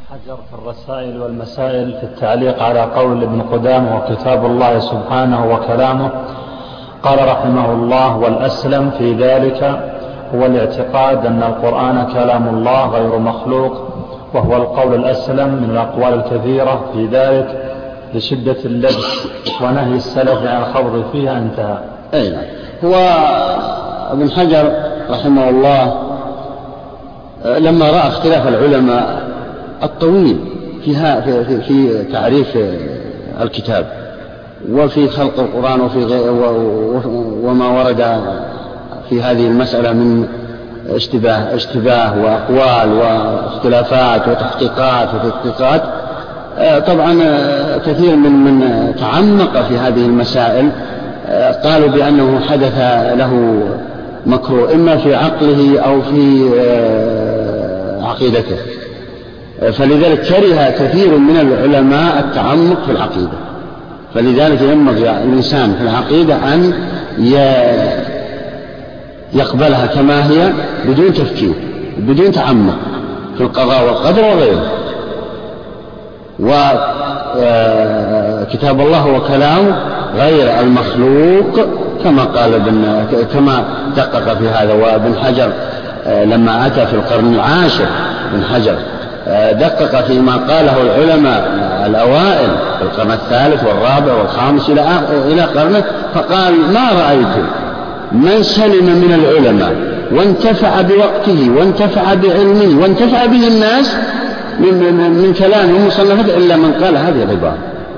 حجر في الرسائل والمسائل في التعليق على قول ابن قدامة وكتاب الله سبحانه وكلامه، قال رحمه الله: والأسلم في ذلك هو الاعتقاد أن القرآن كلام الله غير مخلوق، وهو القول الأسلم من الأقوال الكثيرة في ذلك لشدة اللبس ونهي السلف عن الخوض فيها. انتهى. أي نعم. هو ابن حجر رحمه الله لما رأى اختلاف العلماء الطويل في تعريف الكتاب وفي خلق القرآن وما ورد في هذه المسألة من اشتباه وأقوال واختلافات وتحقيقات وتدقيقات، طبعا كثير من تعمق في هذه المسائل قالوا بأنه حدث له مكروه إما في عقله أو في عقيدته، فلذلك كره كثير من العلماء التعمق في العقيدة. فلذلك ينبغي الإنسان في العقيدة أن يقبلها كما هي بدون تفكير بدون تعمق في القضاء والقدر وغيره. وكتاب الله وكلامه غير المخلوق كما دقق في هذا. وابن حجر لما أتى في القرن العاشر ابن حجر دقق فيما قاله العلماء الأوائل في القرن الثالث والرابع والخامس إلى قرنه، فقال: ما رأيت من سلم من العلماء وانتفع بوقته وانتفع بعلمه وانتفع به الناس من كلام ومصنفات إلا من قال هذه العبارة.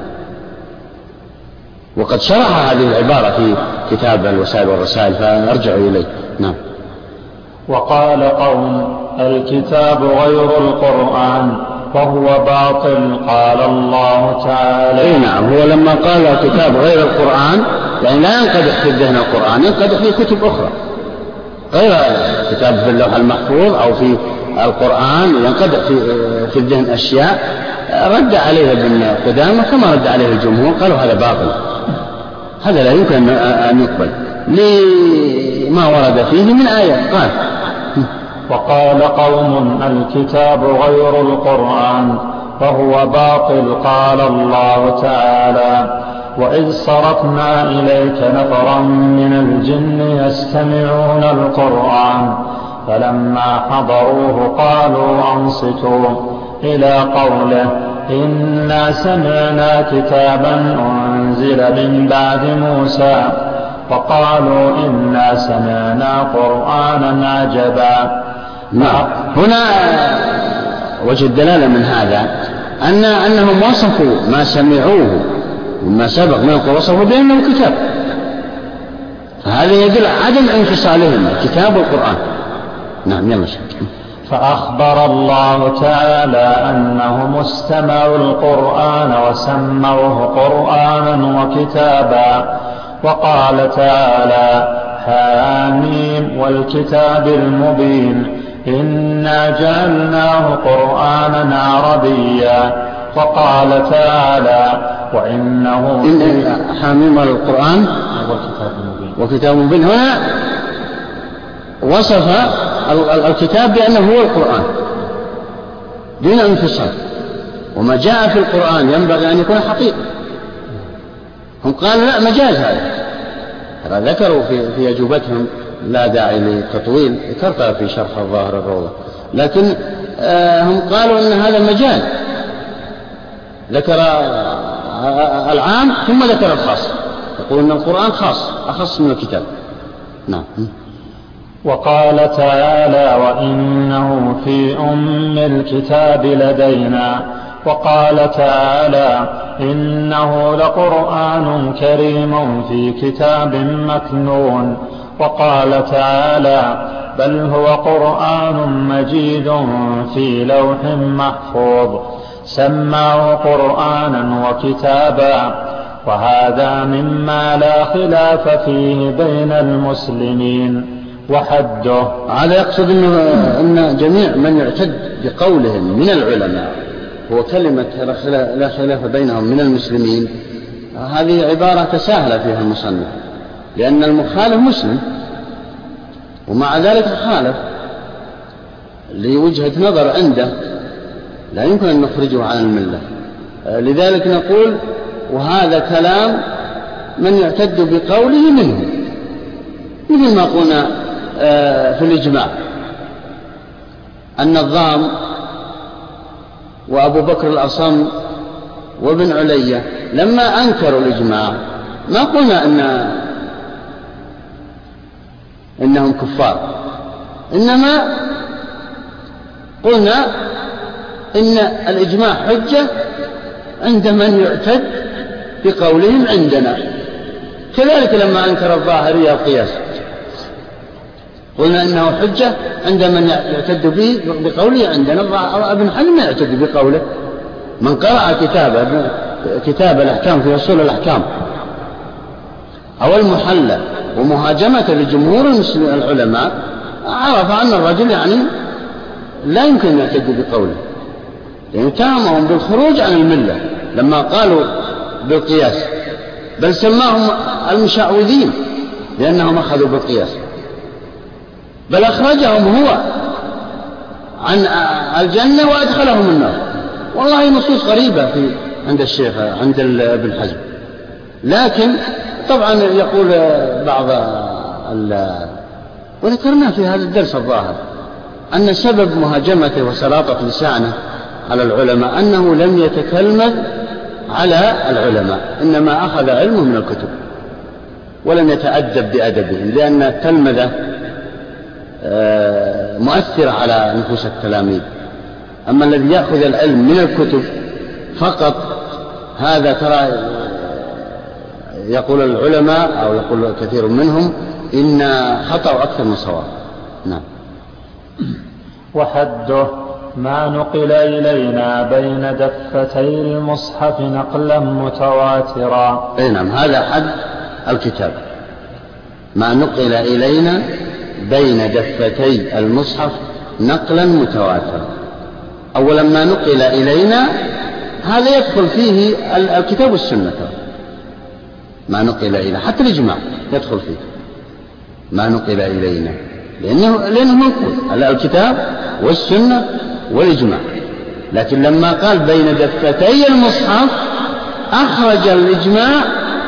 وقد شرح هذه العبارة في كتاب الوسائل والرسائل، فأرجع إليه. نعم. وقال قوم: الكتاب غير القرآن فهو باطل، قال الله تعالى. نعم. هو لما قال الكتاب غير القرآن يعني لا ينقدح في الذهن القرآن، ينقدح في كتب أخرى غير كتاب في اللوح المحفوظ أو في القرآن، ينقدح في الذهن أشياء رد عليها ابن قدامة كما رد عليه الجمهور، قالوا هذا باطل، هذا لا يمكن أن يقبل لما ورد فيه من آية. قال: وقال قوم: الكتاب غير القرآن فهو باطل، قال الله تعالى: وإذ صرفنا إليك نفرا من الجن يستمعون القرآن فلما حضروه قالوا أنصتوا إلى قوله: إنا سمعنا كتابا أنزل من بعد موسى وقالوا إنا سمعنا قرآنا عجبا. هنا وجه الدلالة من هذا أنهم وصفوا ما سمعوه وما سبق من القرآن وصفوا بأنه كتاب، فهذا يدل عدم انفصالهم الكتاب والقرآن. نعم. يلا. فأخبر الله تعالى أنهم استمعوا القرآن وسموه قرآنا وكتابا، وقال تعالى: حاميم والكتاب المبين إنا جعلناه قرآنا عربيا. وقال تعالى: وإنه حاميم القرآن وكتاب مبين. هنا وصف الكتاب بأنه هو القرآن دون انفصال، وما جاء في القرآن ينبغي أن يكون حقيقة. هم قالوا لا، مجاز هذا ذكروا في أجوبتهم، لا داعي للتطويل، ذكرتها في شرح الظاهر الروضة، لكن هم قالوا أن هذا مجاز، ذكر العام ثم ذكر الخاص، يقول أن القرآن أخص من الكتاب. نعم. وقال تعالى: وإنه في أم الكتاب لدينا. وقال تعالى: إنه لقرآن كريم في كتاب مكنون. وقال تعالى: بل هو قرآن مجيد في لوح محفوظ سماه قرآنا وكتابا. وهذا مما لا خلاف فيه بين المسلمين وحده. هذا يقصد أن جميع من يعتد بقولهم من العلماء هو كلمة لا خلاف بينهم من المسلمين، هذه عبارة تساهل فيها المصنف، لأن المخالف مسلم ومع ذلك خالف لوجهة نظر عنده لا يمكن أن نخرجه عن الملة. لذلك نقول وهذا كلام من يعتد بقوله منه، مثل ما قلنا في الإجماع النظام وأبو بكر الأصم وابن علية لما أنكروا الإجماع ما قلنا إنهم كفار، إنما قلنا إن الإجماع حجة عند من يعتد بقولهم عندنا. كذلك لما أنكر الظاهرية القياس قلنا إنه حجة عند من يعتد به بقوله عندنا. ابن حزم يعتد بقوله، من قرأ كتاب الأحكام في أصول الأحكام أو المحلى ومهاجمة لجمهور العلماء عرف أن الرجل يعني لا يمكن أن يعتد بقوله، يعني اتهمهم بالخروج عن الملة لما قالوا بالقياس، بل سماهم المشعوذين لأنهم أخذوا بالقياس، بل أخرجهم هو عن الجنة وأدخلهم النار. والله نصوص غريبة عند الشيخ عند ابن حزم. لكن طبعا يقول بعض وذكرنا في هذا الدرس الظاهر أن سبب مهاجمته وسلاطة لسانه على العلماء أنه لم يتكلم على العلماء، إنما أخذ علمه من الكتب ولم يتأدب بأدبهم، لأن التلمذة مؤثرة على نفوس التلاميذ. أما الذي يأخذ العلم من الكتب فقط هذا ترى يقول العلماء أو يقول كثير منهم إن خطأ أكثر من صواب. نعم. وحده ما نقل إلينا بين دفتي المصحف نقلا متواترا. نعم، هذا حد الكتاب، ما نقل إلينا بين دفتي المصحف نقلا متواترا. أولا ما نقل إلينا هذا يدخل فيه الكتاب والسنة، ما نقل إلينا حتى الإجماع يدخل فيه ما نقل إلينا، لأنه منقول الكتاب والسنة والإجماع. لكن لما قال بين دفتي المصحف أخرج الإجماع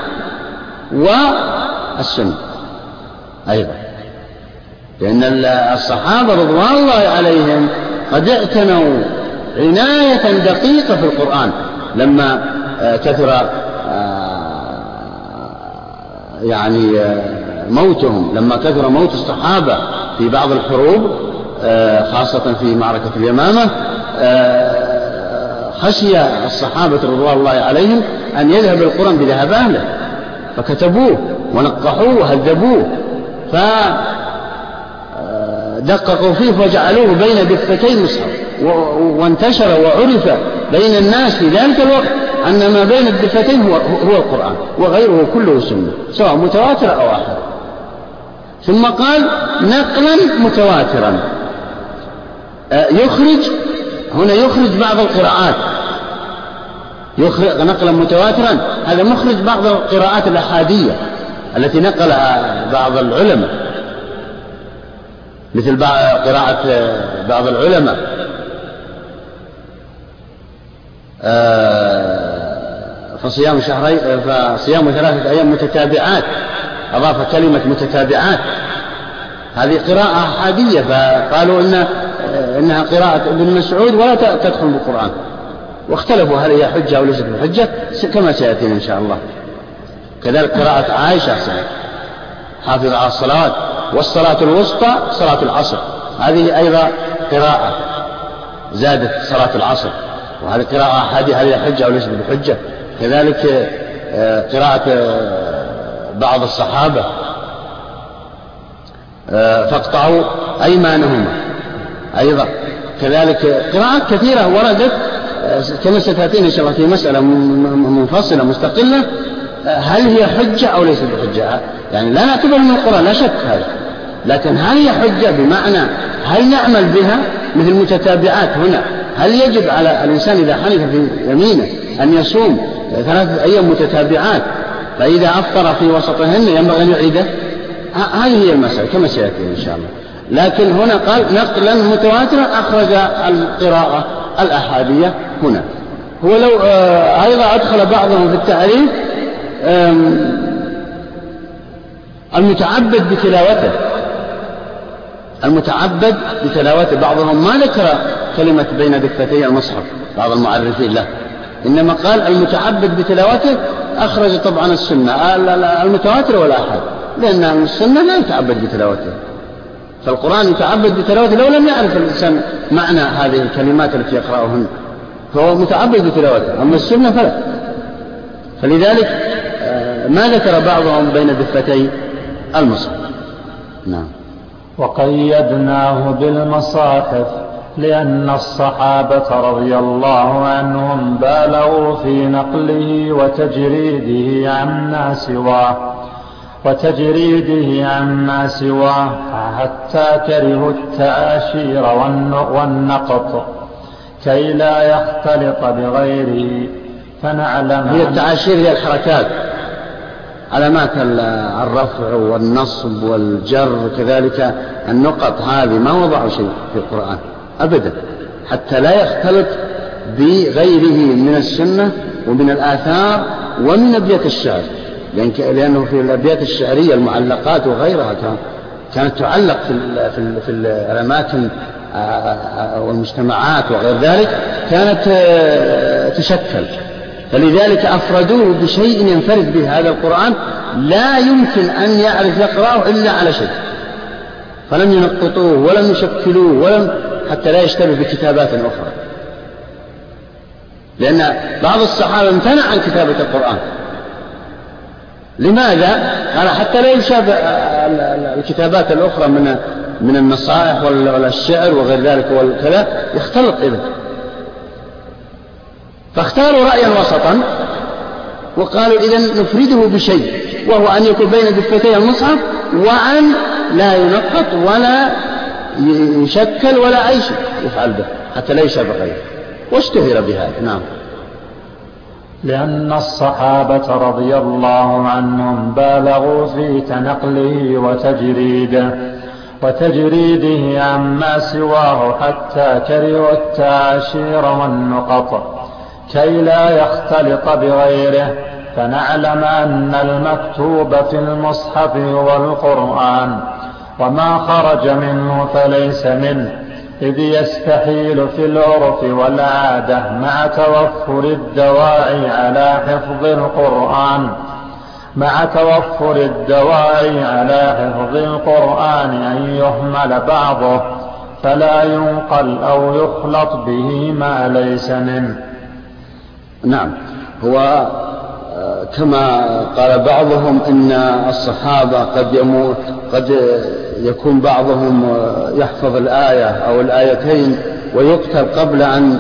والسنة أيضا، لأن الصحابة رضوان الله عليهم قد اعتنوا عناية دقيقة في القرآن لما كثر يعني موتهم، لما كثر موت الصحابة في بعض الحروب خاصة في معركة اليمامة، خشي الصحابة رضوان الله عليهم أن يذهب القرآن بذهب أهله، فكتبوه ونقحوه وهذبوه، فدققوا فيه وجعلوه بين دفتي المصحف، وانتشر وعرف بين الناس في ذلك الوقت أن ما بين الدفتين هو القرآن وغيره كله سنة سواء متواتر أو آخر. ثم قال نقلا متواترا، يخرج بعض القراءات، يخرج نقلا متواترا، هذا مخرج بعض القراءات الأحادية التي نقلها بعض العلماء، مثل قراءة بعض العلماء فصيام 3 أيام متتابعات، أضاف كلمة متتابعات، هذه قراءة أحادية، فقالوا إنها قراءة ابن مسعود ولا تدخل بالقرآن، واختلفوا هل هي حجة أو ليست بحجة كما سيأتينا إن شاء الله. كذلك قراءة عائشة حافظ على الصلوات، والصلاة الوسطى صلاة العصر، هذه أيضا قراءة زادت صلاة العصر، وهذه قراءة أحادية هل هي حجة أو ليست بحجة. كذلك قراءة بعض الصحابة فاقطعوا أيمانهما أيضا. كذلك قراءات كثيرة وردت كما ستأتينا إن شاء الله في مسألة منفصلة مستقلة، هل هي حجة أو ليست بحجة، يعني لا نعتبر من القرآن لا شك هذا، لكن هل هي حجة بمعنى هل نعمل بها مثل متتابعات هنا، هل يجب على الإنسان إذا حنث في يمينه أن يصوم 3 أيام متتابعات، فإذا أفطر في وسطهن ينبغي أن يعيده؟ هذه هي المسألة كما سيأتي إن شاء الله. لكن هنا قال نقلا متواترا، أخرج القراءة الأحادية هنا. هو لو أيضا أدخل بعضهم في التعريف المتعبد بتلاوته. بعضهم ما ذكر كلمة بين دفتي المصحف، بعض المعرفين له، إنما قال المتعبد بتلاوته. أخرج طبعا السنة المتواتر والآحاد، لأن السنة لا يتعبد بتلاوته، فالقرآن يتعبد بتلاوته لو لم يعرف الإنسان معنى هذه الكلمات التي يقرأهن، فهو متعبد بتلاوته. أما السنة فلا. فلذلك ما ذكر بعضهم بين دفتي المصحف. نعم. وقيدناه بالمصاحف لأن الصحابة رضي الله عنهم بالغوا في نقله وتجريده عما سواه حتى كرهوا التآشير والنقط كي لا يختلط بغيره. فنعلم هي التعاشير هي الحركات، علامات الرفع والنصب والجر، كذلك النقط، هذه ما وضعوا شيء في القرآن أبدا، حتى لا يختلط بغيره من السنة ومن الآثار ومن أبيات الشعر، لأنه في الأبيات الشعرية المعلقات وغيرها كانت تعلق في الأماكن والمجتمعات وغير ذلك، كانت تشكل. فلذلك أفردوه بشيء ينفرد به هذا القرآن، لا يمكن أن يعرف يقرأه إلا على شيء، فلم ينقطوه ولم يشكلوه حتى لا يشتبه بكتابات أخرى. لأن بعض الصحابة امتنع عن كتابة القرآن. لماذا؟ قال حتى لا يشابه الكتابات الأخرى من النصائح والشعر وغير ذلك والكلام يختلط إذن. فاختاروا رأيا وسطا وقالوا إذن نفرده بشيء، وهو أن يكون بين دفتي المصحف، وأن لا ينقط ولا يشكل ولا أي شيء يفعل به حتى لا يشابه غيره، واشتهر بهذا. نعم. لأن الصحابة رضي الله عنهم بالغوا في تنقله وتجريده عما سواه حتى كرهوا التعاشير والنقط كي لا يختلط بغيره. فنعلم أن المكتوب في المصحف هو القرآن، وما خرج منه فليس منه، إذ يستحيل في العرف والعادة مع توفر الدواعي على حفظ القرآن أن يهمل بعضه فلا ينقل أو يخلط به ما ليس منه. نعم. هو كما قال بعضهم إن الصحابة قد يكون بعضهم يحفظ الآية أو الآيتين ويقتل قبل أن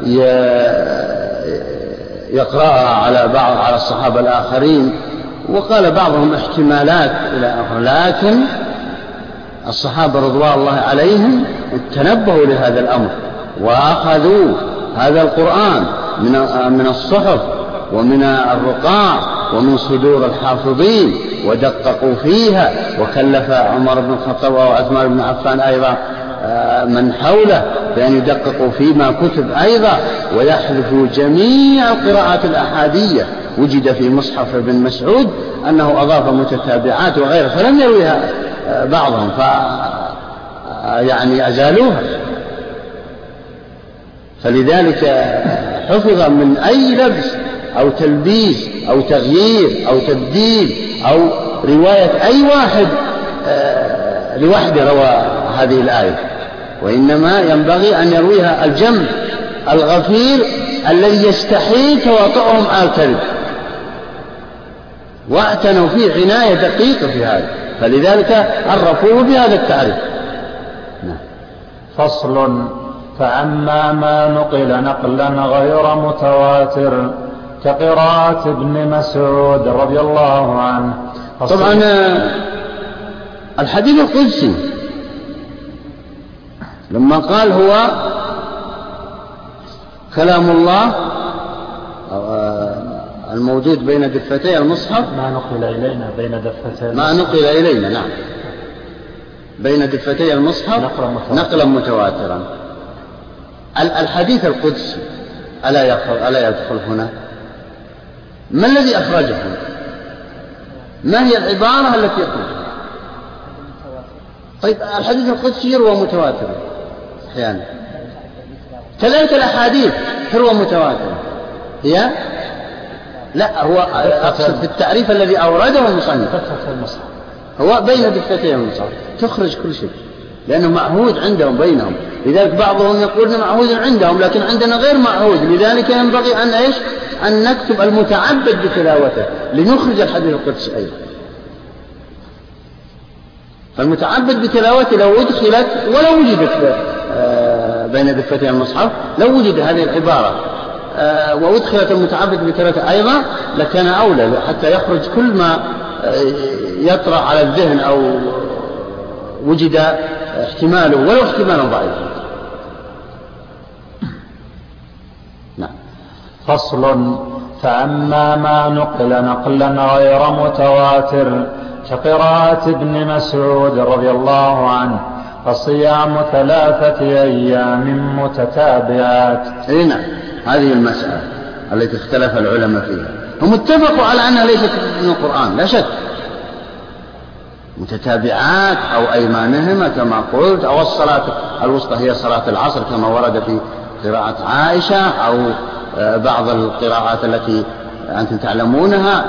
يقرأها على الصحابة الآخرين، وقال بعضهم احتمالات إلى آخر، لكن الصحابة رضوان الله عليهم تنبهوا لهذا الأمر وأخذوا هذا القرآن من الصحف ومن الرقاع ومن صدور الحافظين ودققوا فيها، وكلف عمر بن الخطاب وعثمان بن عفان أيضا من حوله بأن يدققوا فيما كتب أيضا، ويحذفوا جميع القراءات الأحادية. وجد في مصحف ابن مسعود أنه أضاف متتابعات وغيره، فلم يرويها بعضهم يعني أزالوها. فلذلك حفظ من أي لبس أو تلبيس أو تغيير أو تبديل أو رواية أي واحد لوحده روى هذه الآية، وإنما ينبغي أن يرويها الجمع الغفير الذي يستحيل تواطؤهم على الكذب، واعتنوا فيه عناية دقيقة في هذا، فلذلك عرفوه بهذا التعريف. فصل. فأما ما نقل نقلا غير متواتر كقراءة ابن مسعود رضي الله عنه. طبعا الحديث القدسي لما قال هو كلام الله الموجود بين دفتي المصحف، ما نقل إلينا نعم بين دفتي المصحف نقلا متواترا، الحديث القدسي ألا يدخل هنا؟ ما الذي أخرجه؟ ما هي العبارة التي يخرجها؟ طيب الحديث القدسي يروى متواترا أحيانا، كذلك الأحاديث تروى متواترا هي لا، هو أقصد في التعريف الذي أورده المصنف هو بين دفتي المصحف تخرج كل شيء، لأنه معهود عندهم بينهم. لذلك بعضهم يقول معهود عندهم لكن عندنا غير معهود، لذلك ينبغي أن إيش؟ أن نكتب المتعبد بتلاوته لنخرج الحديث القدسي أيضا. فالمتعبد بتلاوته لو أدخلت ولو وجدت بين دفتي المصحف، لو وجد هذه العبارة وأدخلت المتعبد بتلاوته أيضا لكان أولى، حتى يخرج كل ما يطرأ على الذهن أو وجد احتماله ولو احتمالا ضعيفا. نعم. فصل. فأما ما نقل نقلا غير متواتر كقراءة ابن مسعود رضي الله عنه فصيام 3 أيام متتابعات. نعم، هذه المسألة التي اختلف العلماء فيها، هم اتفقوا على أنها ليست من القرآن لا شك، متتابعات أو أيمانهما كما قلت، أو الصلاة الوسطى هي صلاة العصر كما ورد في قراءة عائشة، أو بعض القراءات التي أنتم تعلمونها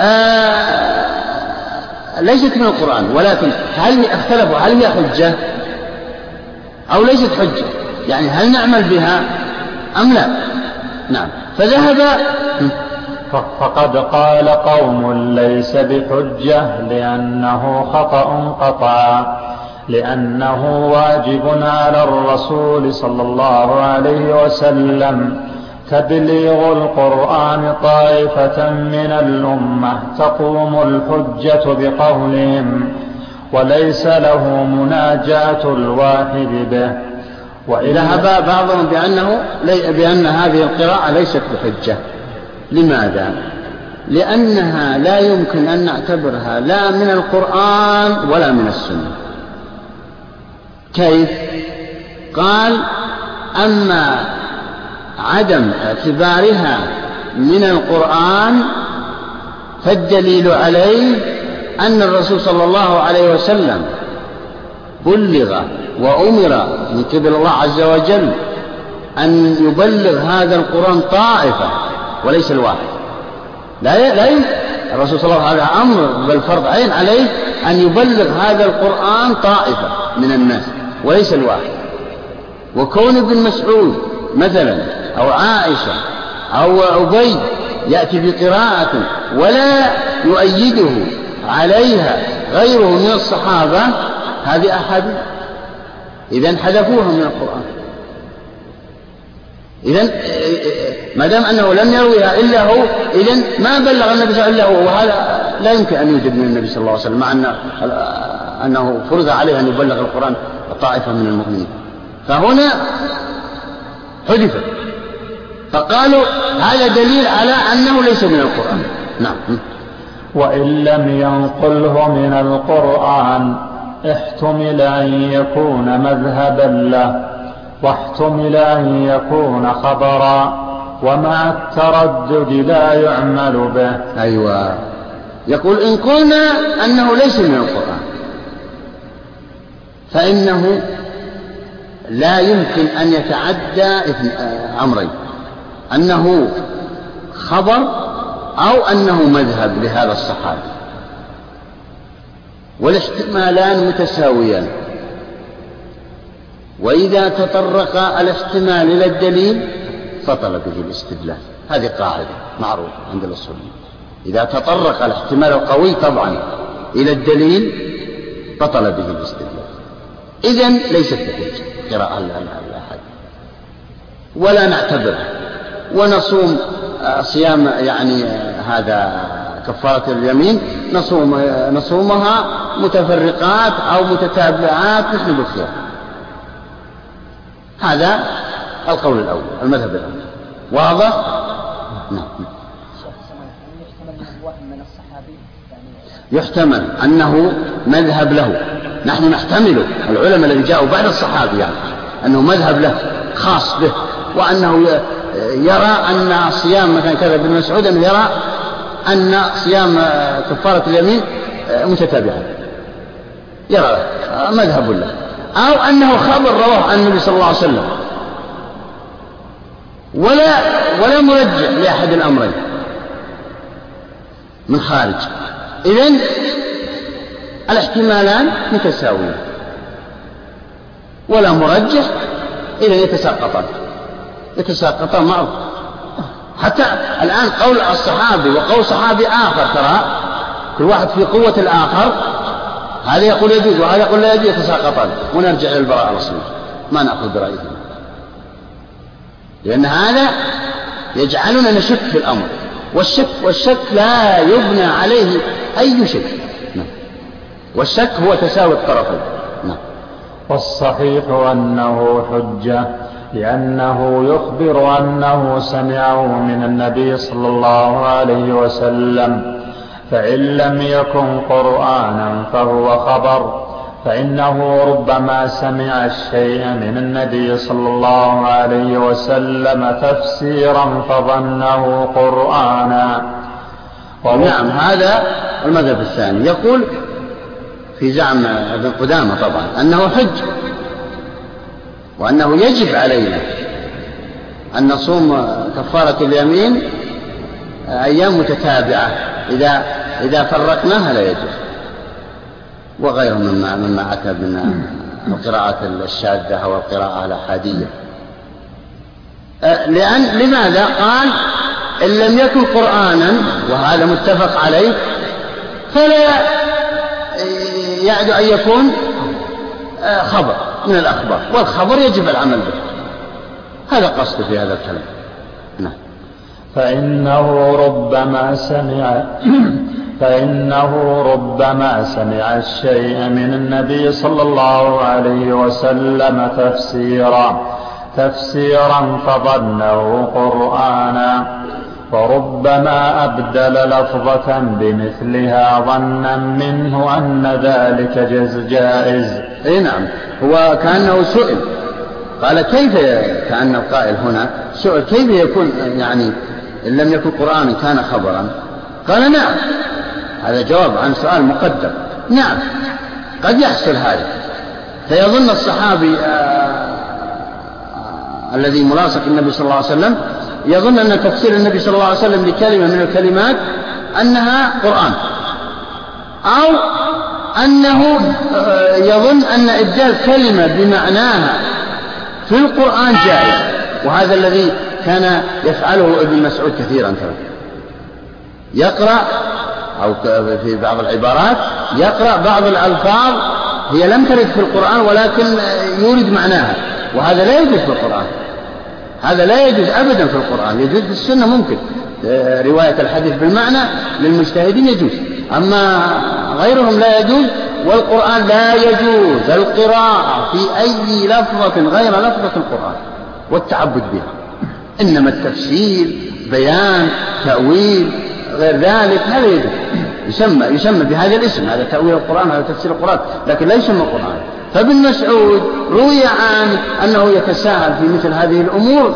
ليست من القرآن. ولكن هل اختلفوا هل هي حجة أو ليست حجة؟ يعني هل نعمل بها أم لا؟ نعم. فذهب فقد قال قوم ليس بحجة لأنه خطأ قطعا، لأنه واجب على الرسول صلى الله عليه وسلم تبليغ القرآن طائفة من الأمة تقوم الحجة بقولهم، وليس له مناجاة الواحد به. وذهب بعضهم بأن هذه القراءة ليست بحجة. لماذا؟ لأنها لا يمكن أن نعتبرها لا من القرآن ولا من السنة. كيف؟ قال أما عدم اعتبارها من القرآن فالدليل عليه أن الرسول صلى الله عليه وسلم بلغ وأمر من قبل الله عز وجل أن يبلغ هذا القرآن طائفة وليس الواحد. لا يمكن الرسول صلى الله عليه وسلم أمر بل فرض عين عليه أن يبلغ هذا القرآن طائفة من الناس وليس الواحد. وكون ابن مسعود مثلا أو عائشة أو أبي يأتي بقراءة ولا يؤيده عليها غيره من الصحابة هذه أحاديث إذن حذفوها من القرآن. إذن ما دام أنه لم يرويها إلا هو إذن ما بلغ النبي صلى الله عليه وسلم، وهذا لا يمكن أن يوجد من النبي صلى الله عليه وسلم، مع أنه فرض عليه أن يبلغ القرآن طائفة من المؤمنين. فهنا حذفت، فقالوا هذا دليل على أنه ليس من القرآن. نعم. وإن لم ينقله من القرآن احتمل أن يكون مذهبا له، واحتمل أن يكون خبرا، ومع التردد لا يعمل به. أيوة، يقول إن قلنا أنه ليس من القرآن فإنه لا يمكن أن يتعدى أمرين، أنه خبر أو أنه مذهب لهذا الصحابي، والاحتمالان متساويان. وإذا تطرق الاحتمال إلى الدليل بطل به الاستدلال. هذه قاعدة معروفة عند الأصوليين، إذا تطرق الاحتمال القوي طبعا إلى الدليل بطل به الاستدلال. إذن ليست بحجة قراءة الأحد ولا نعتبرها، ونصوم صيام يعني هذا كفارة اليمين نصومها متفرقات أو متتابعات نحن بالخير. هذا القول الأول، المذهب الأول. واضح؟ نعم. يحتمل أنه مذهب له، نحن نحتمله، العلماء الذين جاءوا بعد الصحابي يعني أنه مذهب له خاص به، وأنه يرى أن صيام مثلا كذا ابن مسعود أنه يرى أن صيام كفارة اليمين متتابعا، يرى مذهب له، أو أنه خبر رواه عن النبي صلى الله عليه وسلم، ولا مرجع لأحد الأمرين من خارج. إذن الاحتمالان متساويان ولا مرجح، إذن يتساقطان معه. حتى الآن قول الصحابي وقول صحابي آخر، ترى كل واحد في قوة الآخر، هذا يقول يجوز وهذا يقول لا يجوز، يتساقطان، ونرجع إلى البراءة الأصلية، ما نأخذ برأيهم، لأن هذا يجعلنا نشك في الأمر، والشك لا يبنى عليه أي شك، والشك هو تساوي الطرفين. والصحيح أنه حجة، لأنه يخبر أنه سمعه من النبي صلى الله عليه وسلم، فإن لم يكن قرآنا فهو خبر، فإنه ربما سمع الشيء من النبي صلى الله عليه وسلم تفسيرا فظنه قرآنا. نعم، هذا المذهب الثاني، يقول في زعم ابن قدامة طبعا أنه حج، وأنه يجب علينا أن نصوم كفارة اليمين أيام متتابعة، إذا فرقناها لا يجوز، وغيره مما أتى من القراءات الشاذة أو القراءة الأحادية. لماذا؟ قال إن لم يكن قرآنا، وهذا متفق عليه، فلا يعد أن يكون خبر من الأخبار، والخبر يجب العمل به. هذا قصد في هذا الكلام. نعم. فإنه ربما سمع الشيء من النبي صلى الله عليه وسلم تفسيرا فظنه قرآنا، وربما أبدل لفظة بمثلها ظنا منه أن ذلك جائز. نعم، هو كأنه سئل، قال كيف، كأن القائل هنا سئل كيف يكون يعني إن لم يكن قرآنا كان خبرا؟ قال نعم، هذا جواب عن سؤال مقدم. نعم، قد يحصل هذا، فيظن الصحابي الذي ملاصق النبي صلى الله عليه وسلم يظن أن تفسير النبي صلى الله عليه وسلم لكلمة من الكلمات أنها قرآن، أو أنه يظن أن إبدال كلمة بمعناها في القرآن جائز، وهذا الذي كان يفعله ابن مسعود كثيرا، يقرأ أو في بعض العبارات يقرأ بعض الألفاظ هي لم ترد في القرآن ولكن يورد معناها، وهذا لا يجوز في القرآن، هذا لا يجوز أبدا في القرآن. يجوز في السنة، ممكن رواية الحديث بالمعنى للمجتهدين يجوز، أما غيرهم لا يجوز. والقرآن لا يجوز القراءة في أي لفظة غير لفظة القرآن والتعبد بها، إنما التفسير بيان تأويل غير ذلك هذا يجوز، يسمى بهذا الاسم، هذا تأويل القرآن، هذا تفسير القرآن، لكن لا يسمى القرآن. فابن مسعود روي عنه أنه يتساهل في مثل هذه الأمور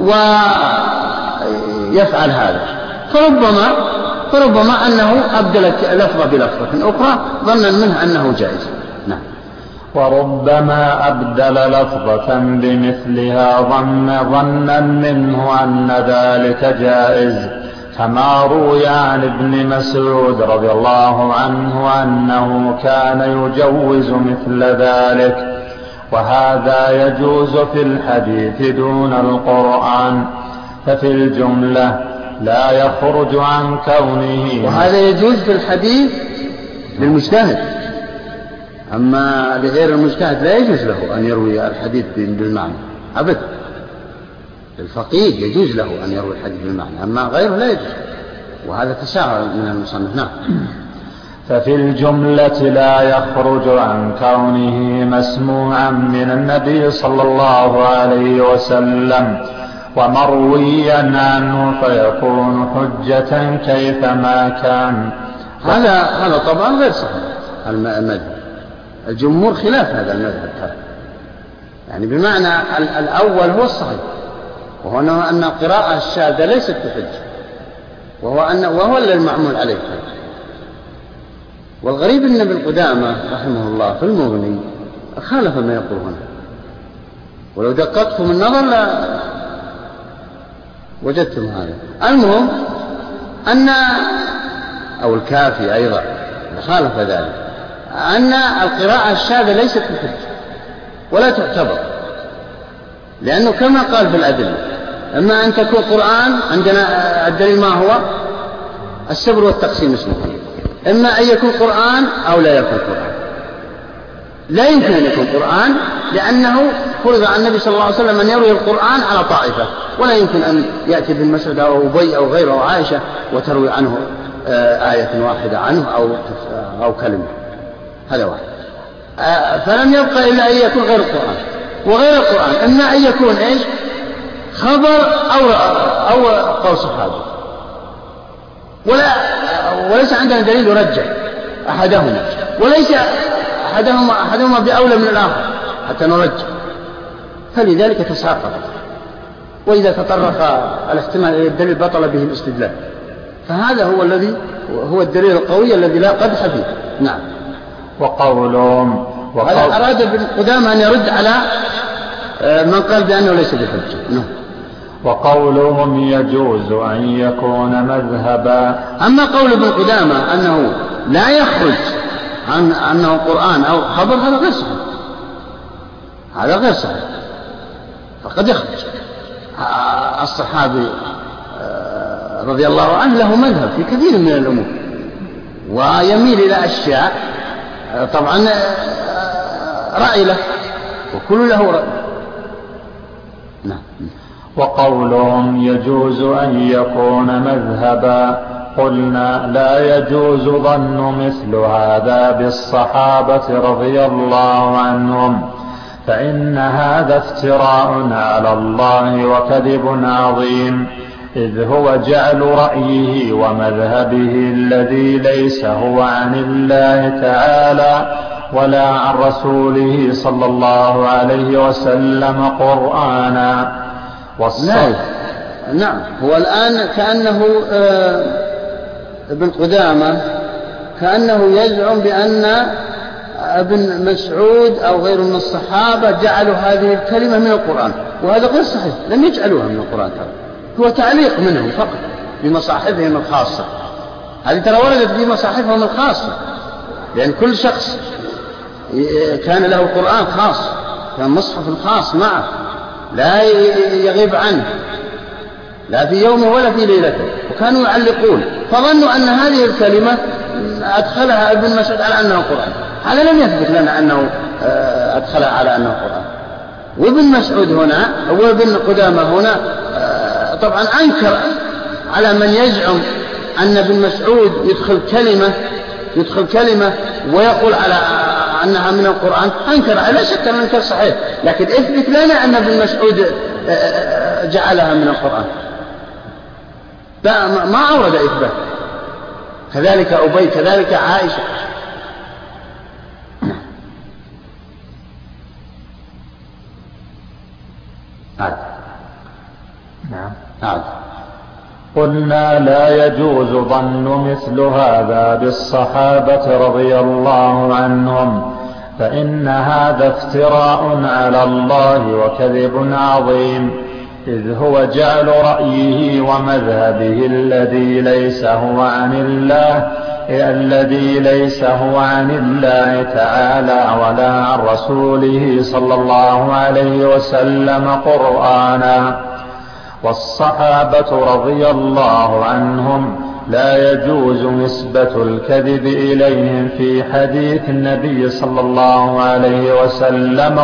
ويفعل هذا، فربما أنه أبدل لفظة بلفظة أخرى ظنا منه أنه جائز. نعم. وربما أبدل لفظة بمثلها ظنا منه أن ذلك جائز، كما روي عن ابن مسعود رضي الله عنه أنه كان يجوز مثل ذلك، وهذا يجوز في الحديث دون القرآن، ففي الجملة لا يخرج عن كونه. وهذا يجوز في الحديث للمجتهد، أما لغير المجتهد لا يجوز له أن يروي الحديث بالمعنى أبدا. الفقيه يجوز له أن يروي الحديث بالمعنى، أما غيره لا يجوز، وهذا تساهل من المصنف. نعم. ففي الجملة لا يخرج عن كونه مسموعا من النبي صلى الله عليه وسلم ومرويا عنه، فيكون حجة كيفما كان. هذا طبعا غير صحيح المذهب، الجمهور خلاف هذا المذهب، يعني بمعنى الأول هو الصحيح، وهو أن القراءة الشاذة ليست بحجة، وهو المعمول عليه. والغريب أن ابن قدامة رحمه الله في المغني خالف ما يقول هنا، ولو دققتم النظر وجدتم هذا. المهم أو الكافي أيضا خالف ذلك، أن القراءة الشاذة ليست بحجة ولا تعتبر، لأنه كما قال في الأدلة أما أن تكون قرآن، عندنا الدليل ما هو؟ السبر والتقسيم اسمه، إما أن يكون قرآن أو لا يكون قرآن. لا يمكن أن يكون قرآن، لأنه فرض عن النبي صلى الله عليه وسلم أن يروي القرآن على طائفة، ولا يمكن أن يأتي بن مسعود أو أبي أو غيره أو عائشة وتروي عنه آية واحدة عنه أو كلمة. هذا واحد. فلم يبقى إلا أن يكون غير القرآن، وغير القرآن إما أن يكون إيش؟ خبر أو قول صحابي، وليس عندنا دليل يرجح أحدهما، وليس أحدهما بأولى من الآخر حتى نرجح، فلذلك تساقط. وإذا تطرق الاحتمال إلى الدليل بطل به الاستدلال، فهذا هو الدليل القوي الذي لا قدح فيه. نعم. هذا أراد ابن قدامة أن يرد على من قال بأنه ليس بحجة. نعم. وقولهم يجوز أن يكون مذهبا. أما قول ابن قدامة أنه لا يخرج عن أنه قرآن أو خبر، هذا غير صحيح، هذا غير صحيح، فقد يخرج. الصحابي رضي الله عنه له مذهب في كثير من الأمور، ويميل إلى أشياء طبعا رأي له، وكل له رأي. نعم. وقولهم يجوز أن يكون مذهبا، قلنا لا يجوز ظن مثل هذا بالصحابة رضي الله عنهم، فإن هذا افتراء على الله وكذب عظيم، إذ هو جعل رأيه ومذهبه الذي ليس هو عن الله تعالى ولا عن رسوله صلى الله عليه وسلم قرآنا. نعم. هو الآن كأنه ابن قدامة كأنه يزعم بأن ابن مسعود أو غير من الصحابة جعلوا هذه الكلمة من القرآن، وهذا غير صحيح، لم يجعلوها من القرآن، هو تعليق منهم فقط بمصاحفهم الخاصة. هذه ترى وردت بمصاحفهم الخاصة، لأن كل شخص كان له قرآن خاص، كان مصحف خاص معه لا يغيب عنه لا في يومه ولا في ليلته، وكانوا يعلقون، فظنوا أن هذه الكلمة أدخلها ابن مسعود على أنه قرآن. هذا لم يثبت لنا أنه أدخلها على أنه قرآن. وابن مسعود هنا وابن قدامة هنا طبعا أنكر على من يزعم أن ابن مسعود يدخل كلمة ويقول على أنها من القرآن، أنكر. لا شك أن الإنكار صحيح، لكن اثبت لنا أن ابن مسعود جعلها من القرآن، ما أورد إثبات. كذلك أبي، كذلك عائشة. نعم. قلنا لا يجوز ظن مثل هذا بالصحابة رضي الله عنهم، فإن هذا افتراء على الله وكذب عظيم، إذ هو جعل رأيه ومذهبه الذي ليس هو عن الله تعالى ولا عن رسوله صلى الله عليه وسلم قرآنا. والصحابة رضي الله عنهم لا يجوز نسبة الكذب إليهم في حديث النبي صلى الله عليه وسلم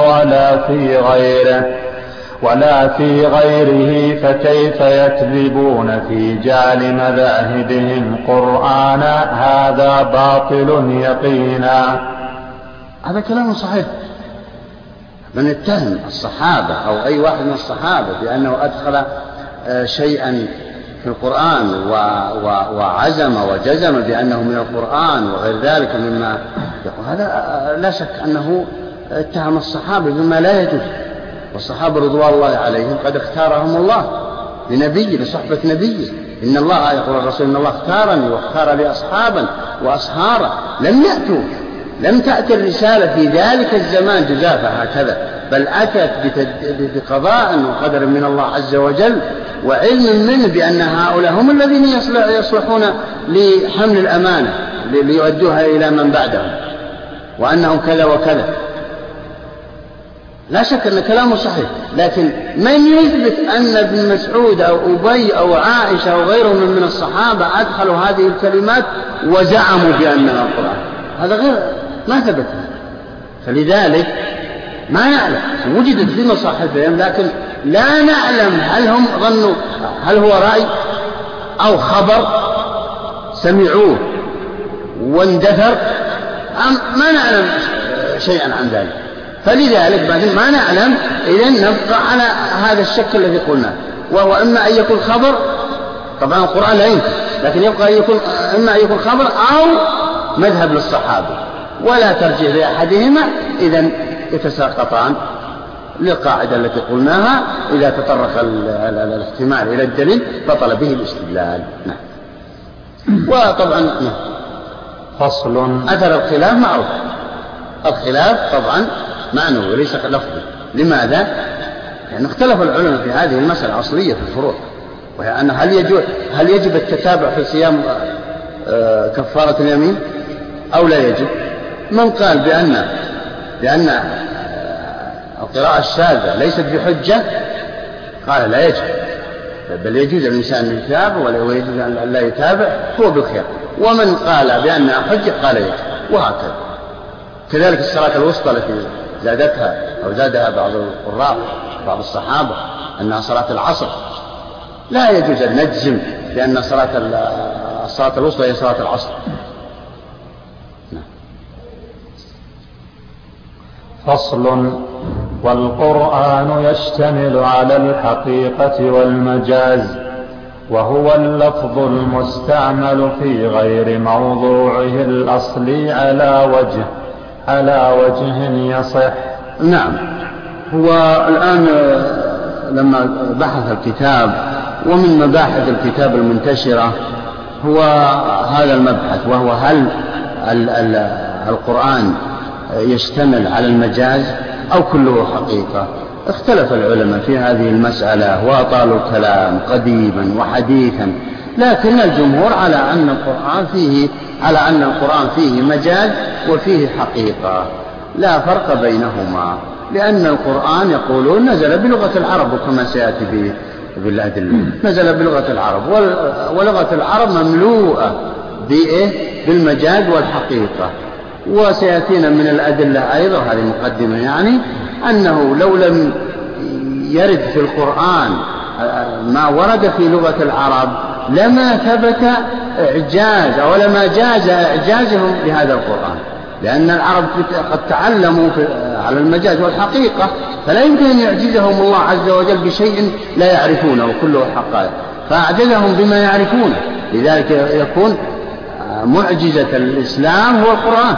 ولا في غيره، فكيف يكذبون في جعل مذاهبهم قرآنا؟ هذا باطل يقينا. هذا كلام صحيح. من اتهم الصحابة أو أي واحد من الصحابة بأنه أدخل شيئا في القرآن وعزم وجزم بأنه من القرآن وغير ذلك مما يقول، هذا لا شك أنه اتهم الصحابة بما لا يجوز، والصحابة رضوان الله عليهم قد اختارهم الله لنبي لصحبة نبيه. إن الله يقول الرسول إن الله اختارني واختار لي أصحابا وأصهارا لم تأتي الرسالة في ذلك الزمان جزافة هكذا، بل أتت بقضاء وقدر من الله عز وجل وعلم منه بأن هؤلاء هم الذين يصلحون لحمل الأمانة ليؤدوها إلى من بعدهم، وأنهم كذا وكذا. لا شك أن كلامه صحيح، لكن من يثبت أن ابن مسعود أو أبي أو عائشة أو غيرهم من الصحابة أدخلوا هذه الكلمات وزعموا بأنها القرآن؟ هذا غير ما ثبت. فلذلك ما نعلم، وجدت في مصاحفهم لكن لا نعلم هل هم ظنوا هل هو رأي أو خبر سمعوه واندثر أم ما نعلم شيئا عن ذلك. فلذلك بعدين ما نعلم، إذن نبقى على هذا الشك الذي قلناه، وهو إما أن يكون خبر، طبعا القرآن لا ينكر، لكن يبقى إما أن يكون خبر أو مذهب للصحابة، ولا ترجع لأحدهما، إذن يتساقطان للقاعدة التي قلناها: إذا تطرق الاحتمال إلى الدليل بطل به الاستدلال. نعم. وطبعا فصل. أثر الخلاف معروف، الخلاف طبعا معنوي وليس لفظي. لماذا؟ لأن اختلف العلماء في هذه المسألة أصلية في الفروع، وهي أن هل يجب التتابع في صيام كفارة اليمين أو لا يجب؟ من قال بأن القراءة الشاذة ليست بحجة قال لا يجب، بل يجوز الإنسان أن يتابع ويجوز أن لا يتابع، هو بالخيار. ومن قال بأنها حجة قال يجب، وهكذا. كذلك الصلاة الوسطى التي زادها بعض القراء بعض الصحابة أنها صلاة العصر، لا يجوز أن نجزم بأن الصلاة الوسطى هي صلاة العصر. فصل. والقرآن يشتمل على الحقيقة والمجاز، وهو اللفظ المستعمل في غير موضوعه الأصلي على وجه يصح. نعم. هو الآن لما بحث الكتاب، ومن مباحث الكتاب المنتشرة هو هذا المبحث، وهو هل القرآن يشتمل على المجاز أو كله حقيقة. اختلف العلماء في هذه المسألة وأطالوا الكلام قديما وحديثا، لكن الجمهور على أن القرآن فيه مجاز وفيه حقيقة، لا فرق بينهما، لأن القرآن يقولون نزل بلغة العرب، وكما سيأتي بالأدلة نزل بلغة العرب، ولغة العرب مملوءة بالمجاز والحقيقة. وسيأتينا من الأدلة أيضا، هذه مقدمة يعني، أنه لو لم يرد في القرآن ما ورد في لغة العرب لما ثبت إعجاز أو لما جاز إعجازهم بهذا القرآن، لأن العرب قد تعلموا على المجاز والحقيقة، فلا يمكن أن يعجزهم الله عز وجل بشيء لا يعرفونه وكله حقائق، فأعجزهم بما يعرفونه. لذلك يكون معجزة الإسلام هو القرآن.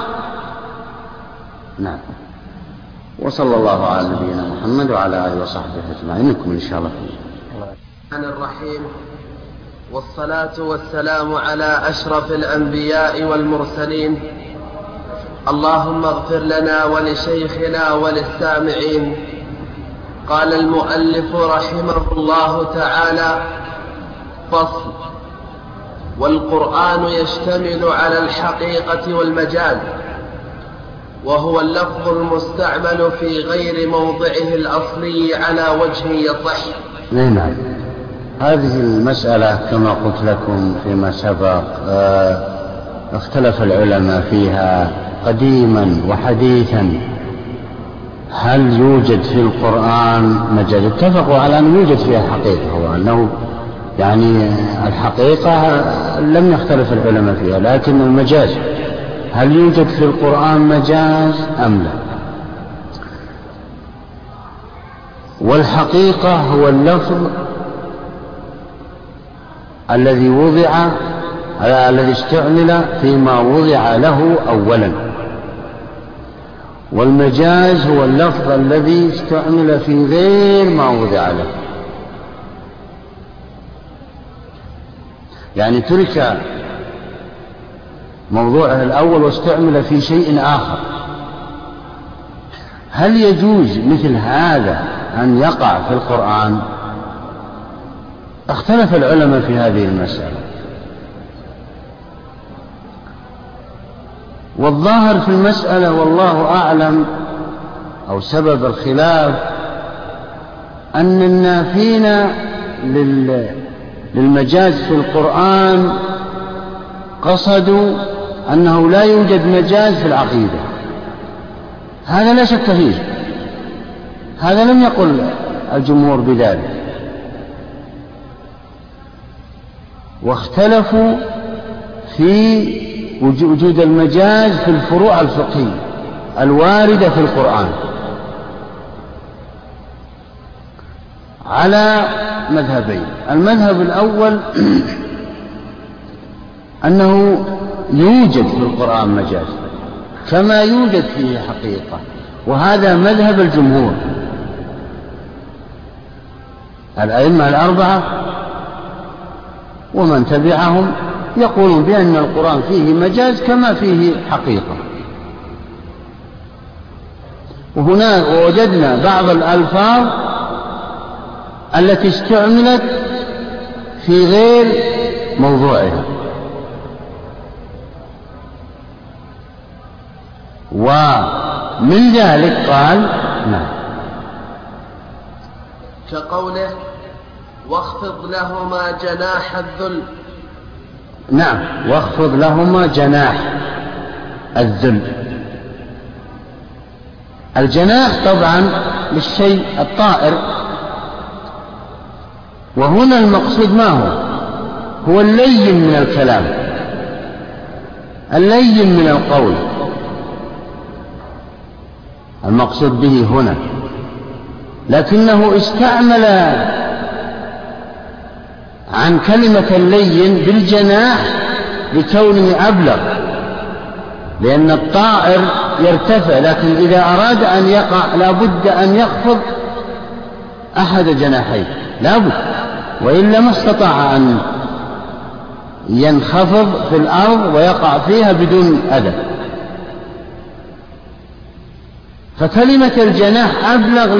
نعم. وصلى الله على نبينا محمد وعلى آله وصحبه أجمعين. منكم إن شاء الله. الرحمن الرحيم، والصلاة والسلام على أشرف الأنبياء والمرسلين. اللهم اغفر لنا ولشيخنا وللسامعين. قال المؤلف رحمه الله تعالى: فصل. والقرآن يشتمل على الحقيقة والمجاز، وهو اللفظ المستعمل في غير موضعه الأصلي على وجه يصح. نعم. هذه المسألة كما قلت لكم فيما سبق اختلف العلماء فيها قديما وحديثا، هل يوجد في القرآن مجاز؟ اتفقوا على أن يوجد فيها حقيقة، وأنه يعني الحقيقة لم يختلف العلماء فيها، لكن المجاز هل يوجد في القرآن مجاز أم لا؟ والحقيقة هو اللفظ الذي استعمل فيما وضع له أولا، والمجاز هو اللفظ الذي استعمل في غير ما وضع له، يعني ترك موضوعه الأول واستعمل في شيء آخر. هل يجوز مثل هذا أن يقع في القرآن؟ اختلف العلماء في هذه المسألة، والظاهر في المسألة والله أعلم أو سبب الخلاف أن النافين للمجاز في القرآن قصدوا أنه لا يوجد مجاز في العقيدة، هذا لا شك فيه، هذا لم يقل الجمهور بذلك، واختلفوا في وجود المجاز في الفروع الفقهية الواردة في القرآن على مذهبين. المذهب الأول أنه يوجد في القرآن مجاز كما يوجد فيه حقيقة، وهذا مذهب الجمهور. الأئمة الأربعة ومن تبعهم يقولون بأن القرآن فيه مجاز كما فيه حقيقة. وهناك وجدنا بعض الألفاظ التي استعملت في غير موضوعها، ومن ذلك قال نعم كقوله واخفض لهما جناح الذل. نعم، واخفض لهما جناح الذل. الجناح طبعا للشيء الطائر، وهنا المقصود ما هو اللين من الكلام، اللين من القول، المقصود به هنا، لكنه استعمل عن كلمة اللين بالجناح لكونه أبلغ، لأن الطائر يرتفع، لكن إذا أراد أن يقع لابد أن يخفض أحد جناحيه، لابد، وإلا ما استطاع أن ينخفض في الأرض ويقع فيها بدون أذى. فكلمة الجناح أبلغ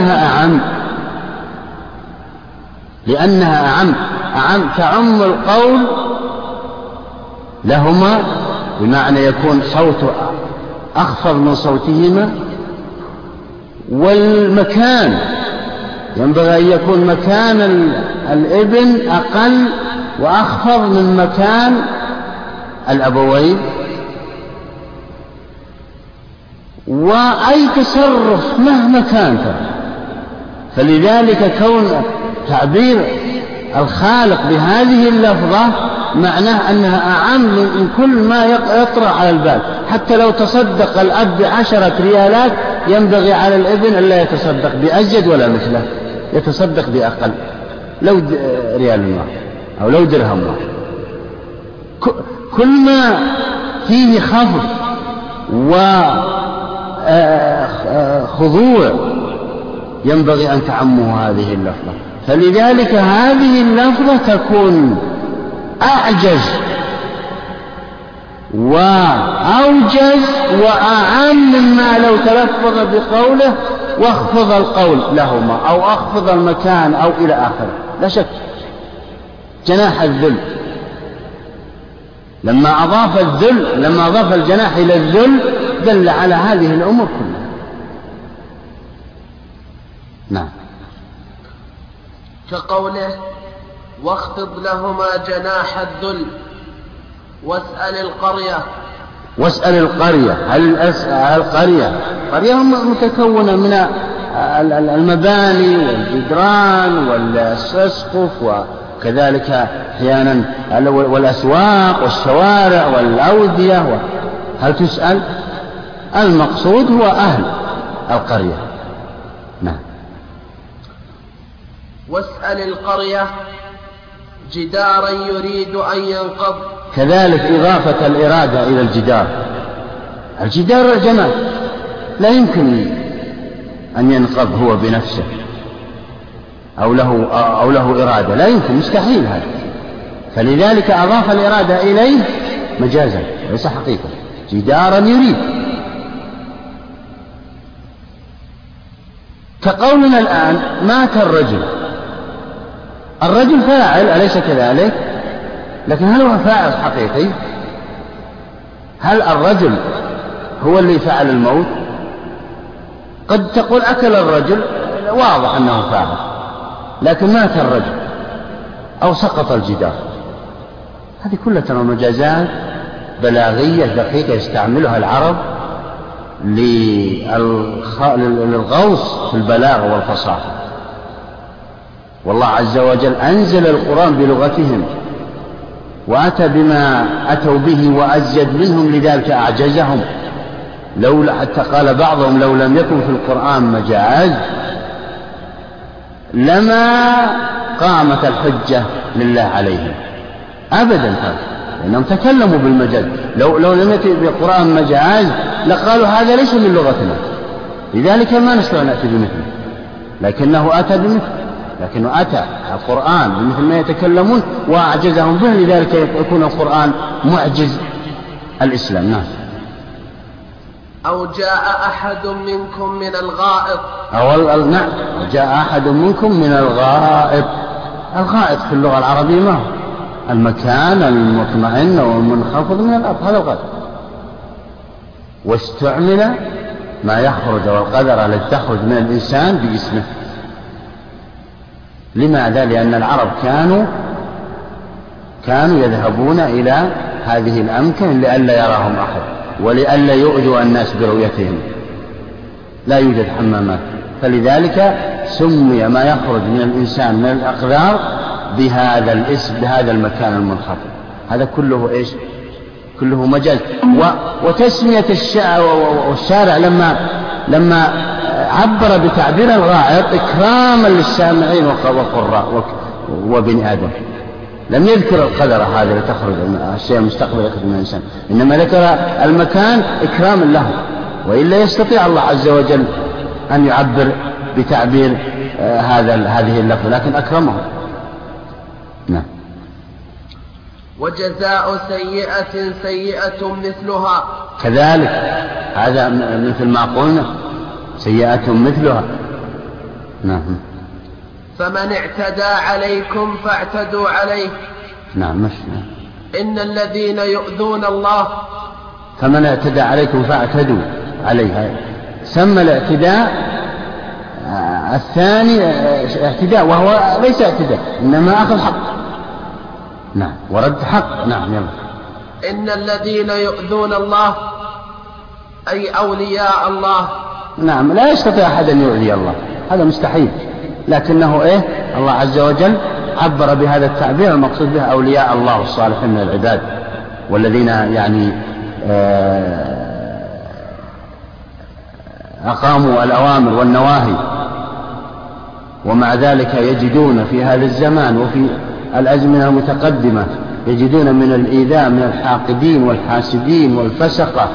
لأنها أعم تعم القول لهما، بمعنى يكون صوت أخفض من صوتهما، والمكان ينبغي أن يكون مكان الابن أقل وأخفض من مكان الأبوين، وأي تصرف مهما كان. فلذلك كون تعبير الخالق بهذه اللفظة معناه أنها أعم من كل ما يطرأ على البال. حتى لو تصدق الأب ب10 ريالات ينبغي على الابن ألا يتصدق بأزيد ولا مثله، يتصدق بأقل، لو ريال واحد أو لو درهم واحد. كل ما فيه خفض وخضوع ينبغي أن تعمه هذه اللفظة. فلذلك هذه اللفظة تكون أعجز وأوجز وأعم مما لو تلفظ بقوله واخفض القول لهما أو أخفض المكان أو إلى آخره. لا شك جناح الذل، لما أضاف الجناح إلى الذل دل على هذه الأمور كلها. نعم. كقوله واخفض لهما جناح الذل واسأل القرية. هل القرية متكونة من المباني والجدران والأسقف وكذلك أحيانا والأسواق والشوارع والأودية، هل تسأل؟ المقصود هو أهل القرية. نعم. واسأل القرية جدارا يريد أن ينقض. كذلك إضافة الإرادة إلى الجدار. الجدار جمال، لا يمكن أن ينقض هو بنفسه أو له إرادة، لا يمكن، مستحيل هذا. فلذلك أضاف الإرادة إليه مجازا ليس حقيقة، جدارا يريد. كقولنا الآن مات الرجل فاعل أليس كذلك؟ لكن هل هو فاعل حقيقي؟ هل الرجل هو اللي فعل الموت؟ قد تقول أكل الرجل، واضح أنه فاعل، لكن مات الرجل أو سقط الجدار. هذه كلها ترى مجازات بلاغية دقيقة يستعملها العرب للغوص في البلاغة والفصاحة. والله عز وجل أنزل القرآن بلغتهم وأتى بما أتوا به وأزيد منهم، لذلك أعجزهم. لولا، حتى قال بعضهم لو لم يكن في القرآن مجاز لما قامت الحجة لله عليهم أبدا، لأنهم تكلموا بالمجاز. لو لم يكن في القرآن مجاز لقالوا هذا ليس من لغتنا، لذلك ما نستطيع نأتي بمثله، لكنه أتى بمثله، لكنه أتى القرآن بمثل ما يتكلمون وأعجزهم به، لذلك يكون القرآن معجز الإسلام. نعم. أو جاء أحد منكم من الغائط. نعم، جاء أحد منكم من الغائط. الغائط في اللغة العربية ما هو؟ المكان المطمئن والمنخفض من الأرض، هذا الغائط. واستعمل ما يخرج والقدر التي تخرج من الإنسان باسمه. لماذا؟ لأن العرب كانوا يذهبون إلى هذه الأمكنة لئلا يراهم أحد ولئلا يؤذوا الناس برؤيتهم، لا يوجد حمامات، فلذلك سمي ما يخرج من الإنسان من الأقدار بهذا الاسم، بهذا المكان المنخفض. هذا كله إيش؟ كله مجاز. وتسمية الشارع لما عبر بتعبير الغائط إكراما للسامعين والقراء وبني آدم، لم يذكر القدر هذا اللي تخرج الشيء المستقبل يخرج من الإنسان، إنما ذكر المكان إكراما له، وإلا يستطيع الله عز وجل أن يعبر بتعبير هذه اللفظة، لكن أكرمه. نعم. وجزاء سيئة سيئة مثلها، كذلك هذا مثل ما قلنا، سيئة مثلها. نعم. فمن اعتدى عليكم فاعتدوا عليه. نعم. مش إن الذين يؤذون الله. فمن اعتدى عليكم فاعتدوا عليه، سمى الاعتداء الثاني اعتداء، وهو ليس اعتداء إنما أخذ حق. نعم، ورد حق. نعم. يلا. إن الذين يؤذون الله أي أولياء الله. نعم، لا يستطيع أحد أن يؤذي الله، هذا مستحيل، لكنه الله عز وجل عبر بهذا التعبير المقصود به أولياء الله الصالحين من العباد، والذين يعني أقاموا الأوامر والنواهي، ومع ذلك يجدون في هذا الزمان وفي الأزمنة المتقدمة يجدون من الإيذاء من الحاقدين والحاسدين والفسقة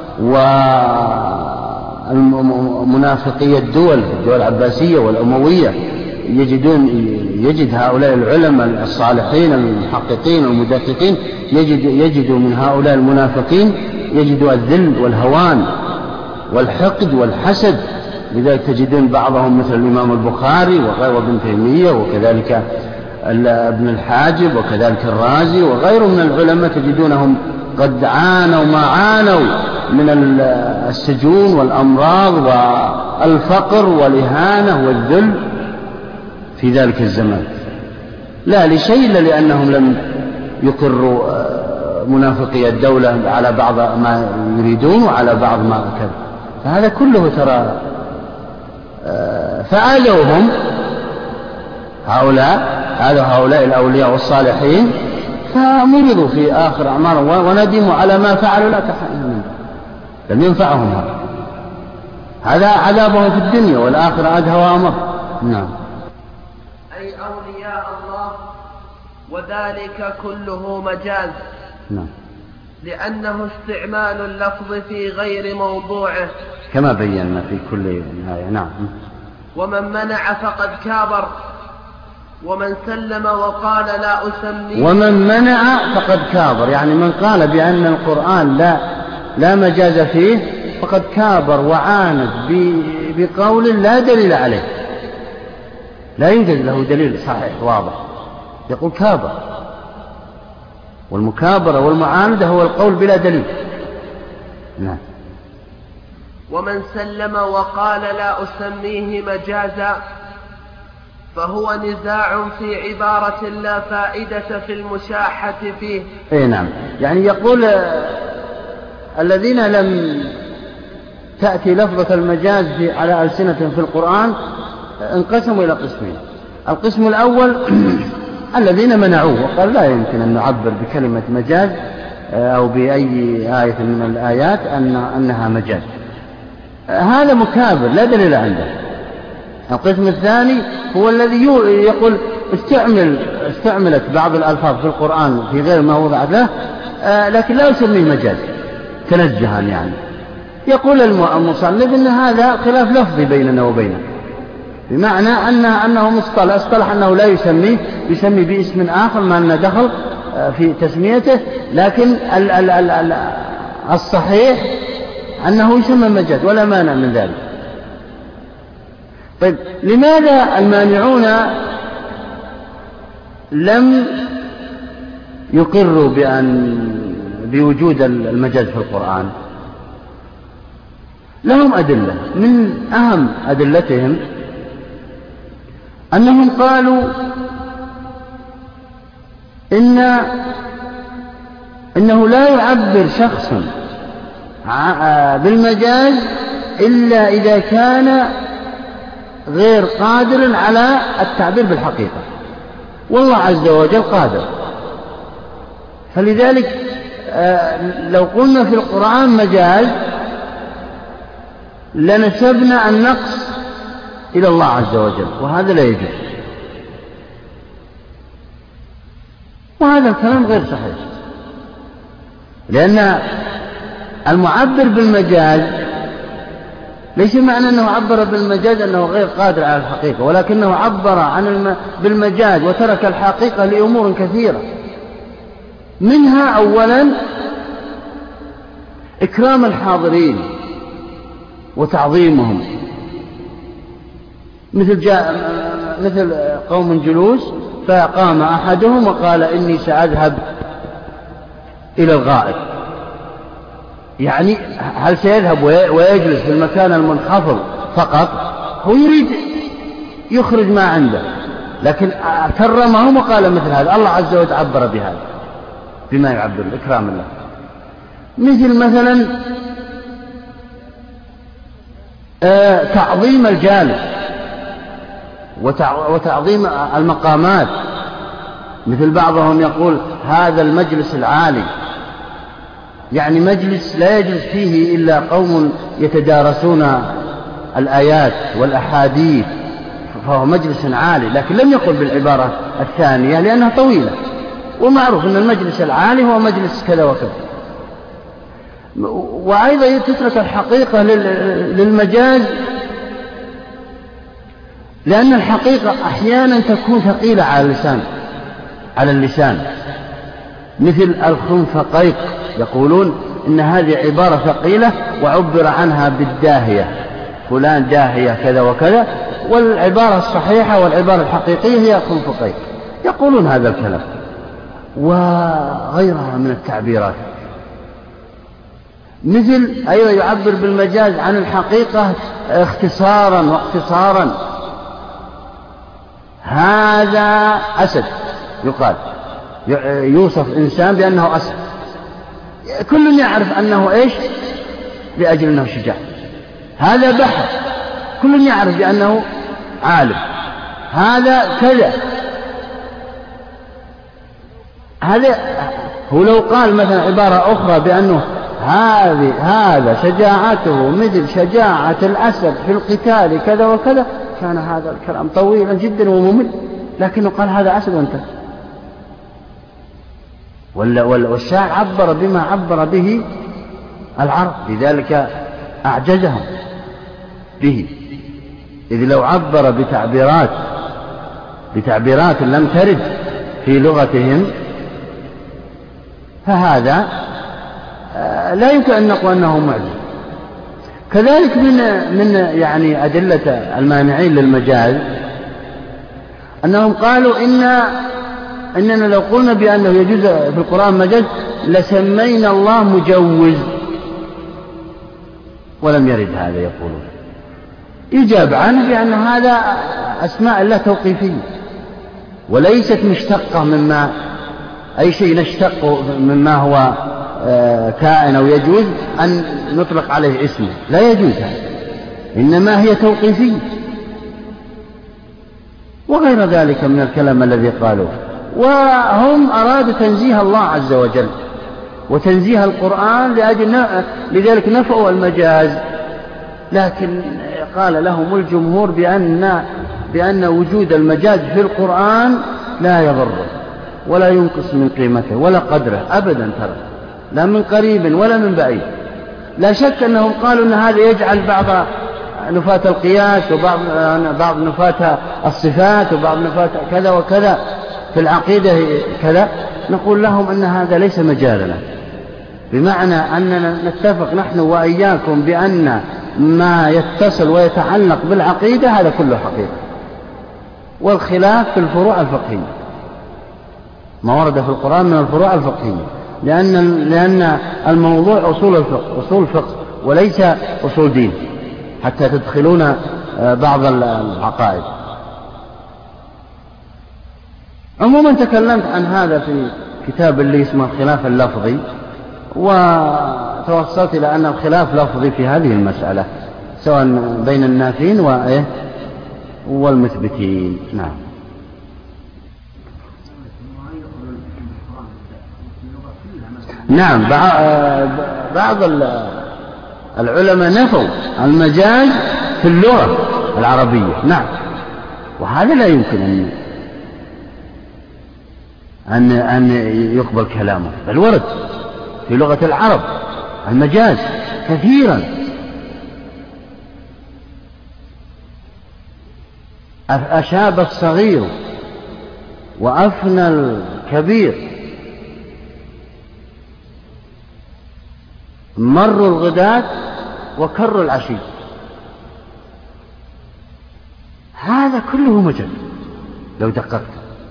ومنافقي الدول العباسية والأموية. يجد هؤلاء العلماء الصالحين المحققين المدققين يجد من هؤلاء المنافقين يجد الذل والهوان والحقد والحسد. لذلك تجدون بعضهم مثل الإمام البخاري وابن تيمية وكذلك ابن الحاجب وكذلك الرازي وغيره من العلماء، تجدونهم قد عانوا ما عانوا من السجون والأمراض والفقر والإهانة والذل في ذلك الزمان، لا لشيء إلا لأنهم لم يقروا منافقي الدولة على بعض ما يريدون وعلى بعض ما كذا. فهذا كله ترى فآذوهم هؤلاء الأولياء والصالحين، فمرضوا في آخر أعمارهم وندموا على ما فعلوا، لا تحمل لم ينفعهم هذا عذابهم في الدنيا والآخرة أدهى وأمر. نعم. أي أولياء الله، وذلك كله مجاز. نعم. لأنه استعمال اللفظ في غير موضوعه. كما بينا في كل آية. نعم. ومن منع فقد كابر، ومن سلم وقال لا أسميه. ومن منع فقد كابر، يعني من قال بأن القرآن لا مجاز فيه فقد كابر وعاند بقول لا دليل عليه، لا يوجد له دليل صحيح واضح، يقول كابر. والمكابرة والمعاندة هو القول بلا دليل. نعم. ومن سلم وقال لا أسميه مجازا فهو نزاع في عبارة لا فائدة في المشاحة فيه. اي نعم، يعني يقول الذين لم تأتي لفظة المجاز على ألسنة في القرآن انقسموا إلى قسمين. القسم الأول الذين منعوه وقال لا يمكن أن نعبر بكلمة مجاز أو بأي آية من الآيات أنها مجاز، هذا مكابر لا دليل عنده. القسم الثاني هو الذي يقول استعملت بعض الألفاظ في القرآن في غير ما وضعت له لكن لا يسميه مجاز تنزها، يعني يقول المصنف إن هذا خلاف لفظي بيننا وبينه، بمعنى أنه اصطلح أنه لا يسمي باسم آخر ما أنه دخل في تسميته، لكن الصحيح أنه يسمى مجاز ولا مانع من ذلك. طيب لماذا المانعون لم يقروا بوجود المجاز في القرآن؟ لهم أدلة، من أهم أدلتهم أنهم قالوا إنه لا يعبر شخص بالمجاز إلا إذا كان غير قادر على التعبير بالحقيقة، والله عز وجل قادر. فلذلك لو قلنا في القرآن مجاز لنسبنا النقص إلى الله عز وجل، وهذا لا يجوز، وهذا الكلام غير صحيح، لأن المعبر بالمجاز ليس معنى أنه عبر بالمجاز أنه غير قادر على الحقيقة، ولكنه عبر بالمجاز وترك الحقيقة لأمور كثيرة، منها أولا إكرام الحاضرين وتعظيمهم، مثل قوم جلوس فقام أحدهم وقال إني سأذهب إلى الغائط، يعني هل سيذهب ويجلس في المكان المنخفض فقط؟ هو يريد يخرج ما عنده، لكن كرمهم وقال مثل هذا. الله عز وجل عبر بهذا بما يعبر الإكرام الله. مثلا تعظيم الجالس وتعظيم المقامات، مثل بعضهم يقول هذا المجلس العالي، يعني مجلس لا يجلس فيه إلا قوم يتدارسون الآيات والأحاديث، فهو مجلس عالي، لكن لم يقل بالعبارة الثانية لأنها طويلة، ومعروف أن المجلس العالي هو مجلس كذا وكذا. وأيضا تترك الحقيقة للمجاز، لأن الحقيقة أحيانا تكون ثقيلة على اللسان، مثل الخنفقيق، يقولون إن هذه عبارة ثقيلة وعبر عنها بالداهية، فلان داهية كذا وكذا، والعبارة الصحيحة والعبارة الحقيقية هي خنفقيق، يقولون هذا الكلام وغيرها من التعبيرات. مثل أيضا يعبر بالمجاز عن الحقيقة اختصارا واقتصارا، هذا أسد، يقال يوصف إنسان بأنه أسد، كل يعرف أنه إيش؟ لأجل أنه شجاع. هذا بحر، كل يعرف بأنه عالم. هذا كذا، هذا هو لو قال مثلا عبارة أخرى بأنه هذا شجاعته مثل شجاعة الأسد في القتال كذا وكذا، كان هذا الكلام طويلا جدا وممل، لكنه قال هذا أسد وانتهى. والشاعر عبر بما عبر به العرب، لذلك أعجزهم. به، إذ لو عبر بتعبيرات لم ترد في لغتهم فهذا لا يمكن أن نقول أنه معجز. كذلك من يعني أدلة المانعين للمجاز أنهم قالوا إننا لو قلنا بأنه يجوز في القرآن مجاز لسمينا الله مجوز، ولم يرد هذا. يقولون يجاب عنه بأن هذا أسماء الله توقيفية وليست مشتقة مما أي شيء نشتق مما هو كائن أو يجوز أن نطلق عليه اسمه، لا يجوز هذا، إنما هي توقيفية وغير ذلك من الكلام الذي قالوه. وهم أرادوا تنزيه الله عز وجل وتنزيه القرآن لذلك نفعوا المجاز، لكن قال لهم الجمهور بأن وجود المجاز في القرآن لا يضر ولا ينقص من قيمته ولا قدره أبدا، ترى لا من قريب ولا من بعيد. لا شك أنهم قالوا أن هذا يجعل بعض نفاة القياس وبعض نفاة الصفات وبعض نفاة كذا وكذا في العقيدة كذا. نقول لهم أن هذا ليس مجالنا، بمعنى أننا نتفق نحن وإياكم بأن ما يتصل ويتعلق بالعقيدة هذا كله حقيقة، والخلاف في الفروع الفقهية، ما ورد في القرآن من الفروع الفقهية، لأن الموضوع أصول فقه وليس أصول دين حتى تدخلون بعض العقائد. عموما تكلمت عن هذا في كتاب اللي اسمه الخلاف اللفظي، وتوصلت إلى أن الخلاف لفظي في هذه المسألة سواء بين النافين والمثبتين. نعم. نعم، بعض العلماء نفوا المجاز في اللغة العربية، نعم، وهذا لا يمكن أن يقبل كلامه، بل ورد في لغة العرب المجاز كثيرا. أشاب الصغير وأفنى الكبير، مروا الغداة وكروا العشي، هذا كله مجاز لو دققت.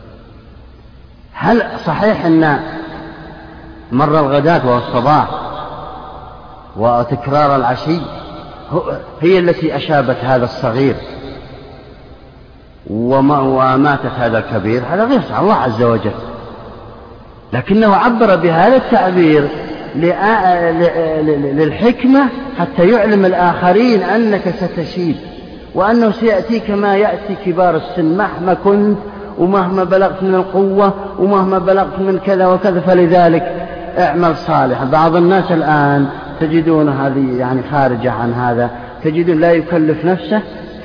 هل صحيح أن مر الغداة والصباح وتكرار العشي هي التي أشابت هذا الصغير وماتت هذا الكبير؟ هذا غير صحيح الله عز وجل، لكنه عبر بهذا التعبير للحكمة حتى يعلم الآخرين أنك ستشيب وأنه سيأتيك ما يأتي كبار السن مهما كنت ومهما بلغت من القوة ومهما بلغت من كذا وكذا، فلذلك اعمل صالحا. بعض الناس الآن تجدون هذه يعني خارجة عن هذا، تجدون لا يكلف نفسه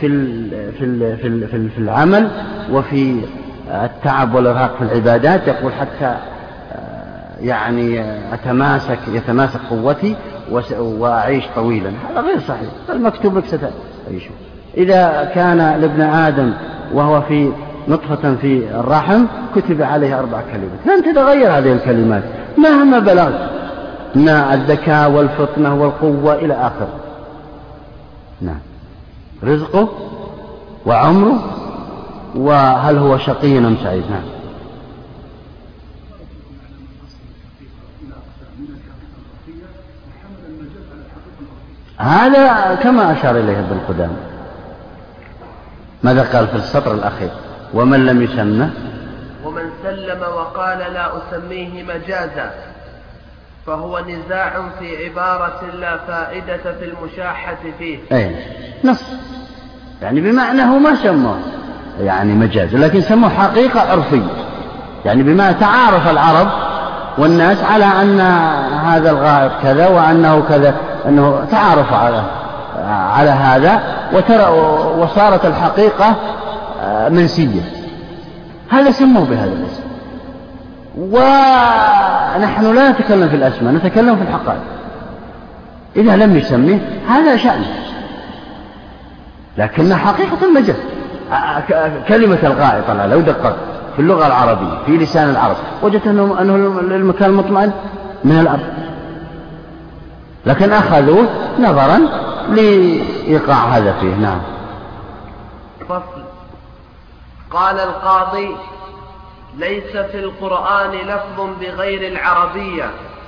في العمل وفي التعب والإرهاق في العبادات، يقول حتى يعني يتماسك قوتي وأعيش طويلا. هذا غير صحيح، المكتوب لك ستعيش. إذا كان لابن آدم وهو في نطفة في الرحم كتب عليه 4 كلمات لن تتغير هذه الكلمات مهما بلغت من الذكاء والفطنة والقوة إلى آخر. نعم، رزقه وعمره وهل هو شقي أم سعيد. نعم. هذا كما أشار إليه ابن قدامة. ماذا قال في السطر الأخير؟ ومن لم يسمه، ومن سلم وقال لا أسميه مجازا فهو نزاع في عبارة لا فائدة في المشاحة فيه. أي نص، يعني بمعنى هو ما سموه يعني مجاز، لكن سموه حقيقة عرفية، يعني بما تعارف العرب والناس على أن هذا الغائط كذا وأنه كذا، أنه تعارف على هذا وصارت الحقيقة منسية، هذا سموه بهذا الاسم. ونحن لا نتكلم في الأسماء، نتكلم في الحقائق. إذا لم يسميه هذا شأنه، لكن حقيقة المجاز. كلمة الغائط أنا لو دققت في اللغة العربية في لسان العرب وجدت أنه المكان المطمئن من الأرض، لكن أخذوه نظرا لإيقاع هذا فيه. نعم. فصل. قال القاضي: ليس في القرآن لفظ بغير العربية.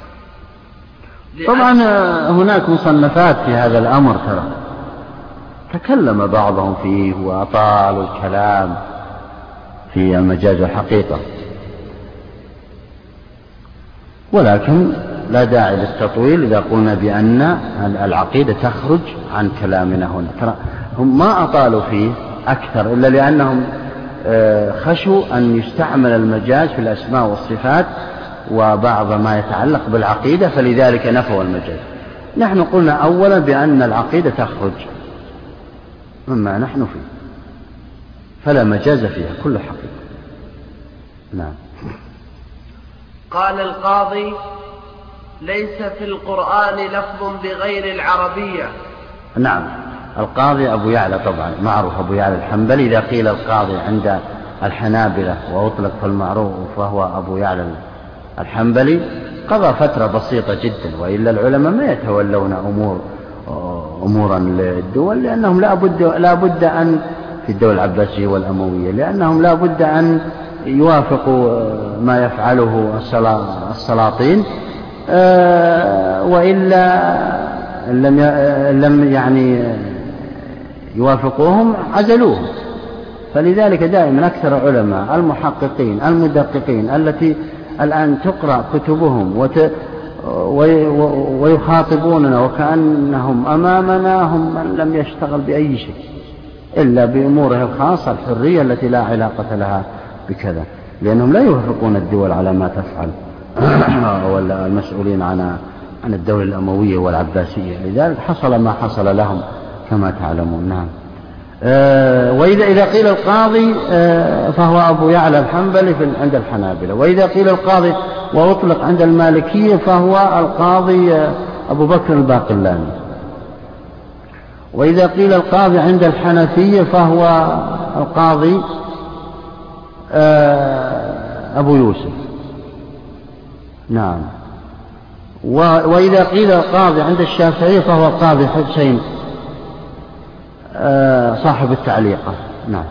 طبعا هناك مصنفات في هذا الأمر، ترى تكلم بعضهم فيه وأطالوا الكلام في المجاز والحقيقة، ولكن لا داعي للتطويل إذا قلنا بأن العقيدة تخرج عن كلامنا هنا. ترى هم ما أطالوا فيه أكثر إلا لأنهم خشوا أن يستعمل المجاز في الأسماء والصفات وبعض ما يتعلق بالعقيدة، فلذلك نفوا المجاز. نحن قلنا أولا بأن العقيدة تخرج مما نحن فيه، فلا مجاز فيها، كل حقيقة. نعم. قال القاضي: ليس في القرآن لفظ بغير العربية. نعم. القاضي أبو يعلى طبعا معروف، أبو يعلى الحنبلي. إذا قيل القاضي عند الحنابلة وأطلق في المعروف فهو أبو يعلى الحنبلي. قضى فترة بسيطة جدا، وإلا العلماء ما يتولون أمورا للدول، لأنهم لا بد أن في الدولة العباسية والأموية، لأنهم لا بد أن يوافقوا ما يفعله السلاطين، وإلا لم يعني يوافقوهم عزلوهم. فلذلك دائما أكثر علماء المحققين المدققين التي الآن تقرأ كتبهم ويخاطبوننا وكأنهم أمامنا هم من لم يشتغل بأي شيء إلا بأموره الخاصة الحرية التي لا علاقة لها بكذا، لأنهم لا يوافقون الدول على ما تفعل ولا المسؤولين عن الدولة الأموية والعباسية. لذلك حصل ما حصل لهم كما تعلمون. نعم. وإذا قيل القاضي فهو أبو يعلى الحنبلي عند الحنابلة، وإذا قيل القاضي وأطلق عند المالكية فهو القاضي أبو بكر الباقلاني، وإذا قيل القاضي عند الحنفية فهو القاضي أبو يوسف. نعم. وإذا قيل القاضي عند الشافعية فهو القاضي حسين صاحب التعليقة. نعم.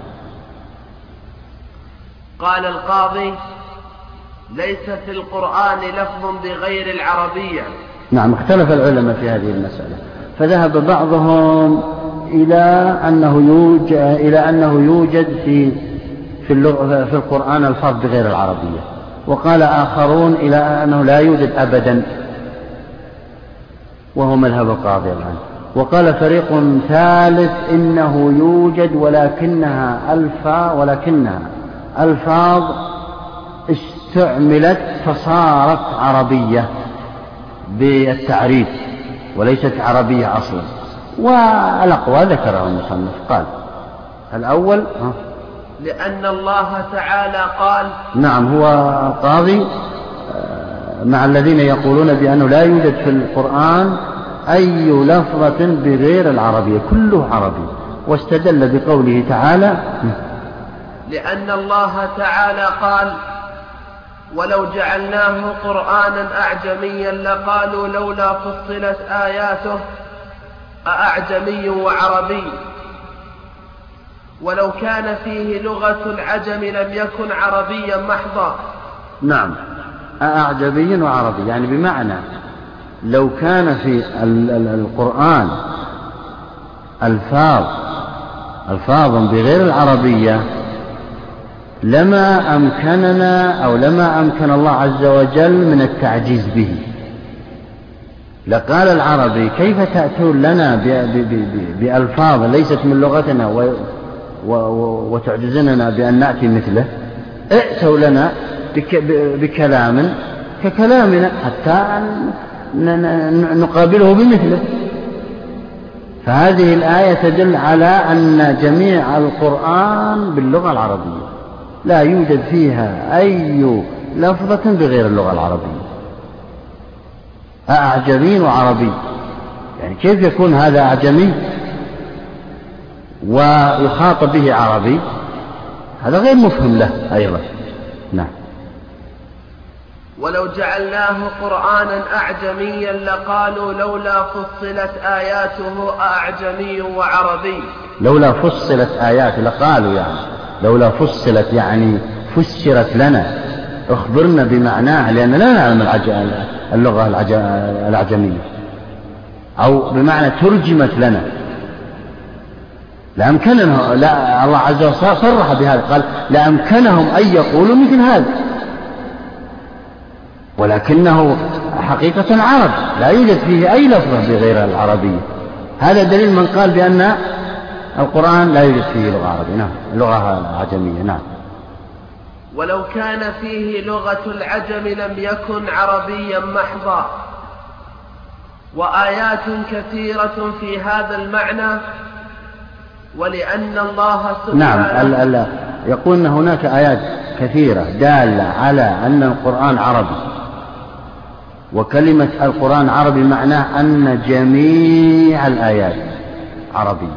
قال القاضي: ليس في القرآن لفظ بغير العربية. نعم. اختلف العلماء في هذه المسألة، فذهب بعضهم إلى أنه يوجد في القرآن الفظ بغير العربية، وقال آخرون إلى أنه لا يوجد أبدا، وهو مذهب القاضي الآن. وقال فريق ثالث إنه يوجد ولكنها ألفاظ استعملت فصارت عربية بالتعريف وليست عربية أصلا. والأقوى ذكره المصنف. قال الأول لأن الله تعالى قال. نعم. هو قاضي مع الذين يقولون بأنه لا يوجد في القرآن أي لفظة بغير العربية، كله عربي، واستدل بقوله تعالى لأن الله تعالى قال: ولو جعلناه قرآنا أعجميا لقالوا لولا فصلت آياته أأعجمي وعربي، ولو كان فيه لغة العجم لم يكن عربيا محضا. نعم. أعجمي وعربي، يعني بمعنى لو كان في القرآن ألفاظ بغير العربية لما أمكننا أو لما أمكن الله عز وجل من التعجيز به. لقال العربي: كيف تأتون لنا بألفاظ ليست من لغتنا وتعجزننا بأن نأتي مثله؟ ائتوا لنا بكلام ككلامنا حتى نقابله بمثله. فهذه الآية تدل على أن جميع القرآن باللغة العربية، لا يوجد فيها أي لفظة بغير اللغة العربية. أعجمي وعربي، يعني كيف يكون هذا أعجمي ويخاطب به عربي، هذا غير مفهم له أيضا. نعم. ولو جعلناه قرآنا أعجميا لقالوا لولا فصلت آياته أعجمي وعربي. لولا فصلت آياته لقالوا يعني لولا فصلت يعني فسرت لنا، اخبرنا بمعناها، لأن لا نعلم اللغة الأعجمية، أو بمعنى ترجمت لنا. لأمكنهم، لا، الله عز وجل صرح بهذا، قال لأمكنهم أن يقولوا مثل هذا، ولكنه حقيقة عرب لا يوجد فيه أي لفظة بغير العربية. هذا دليل من قال بأن القرآن لا يوجد فيه لغة عربية، نعم، لغة عجمية. نعم. ولو كان فيه لغة العجم لم يكن عربيا محضا، وآيات كثيرة في هذا المعنى، ولأن الله سبحانه. نعم، يقول أن هناك آيات كثيرة دالة على أن القرآن عربي، وكلمة القرآن عربي معناه أن جميع الآيات عربية،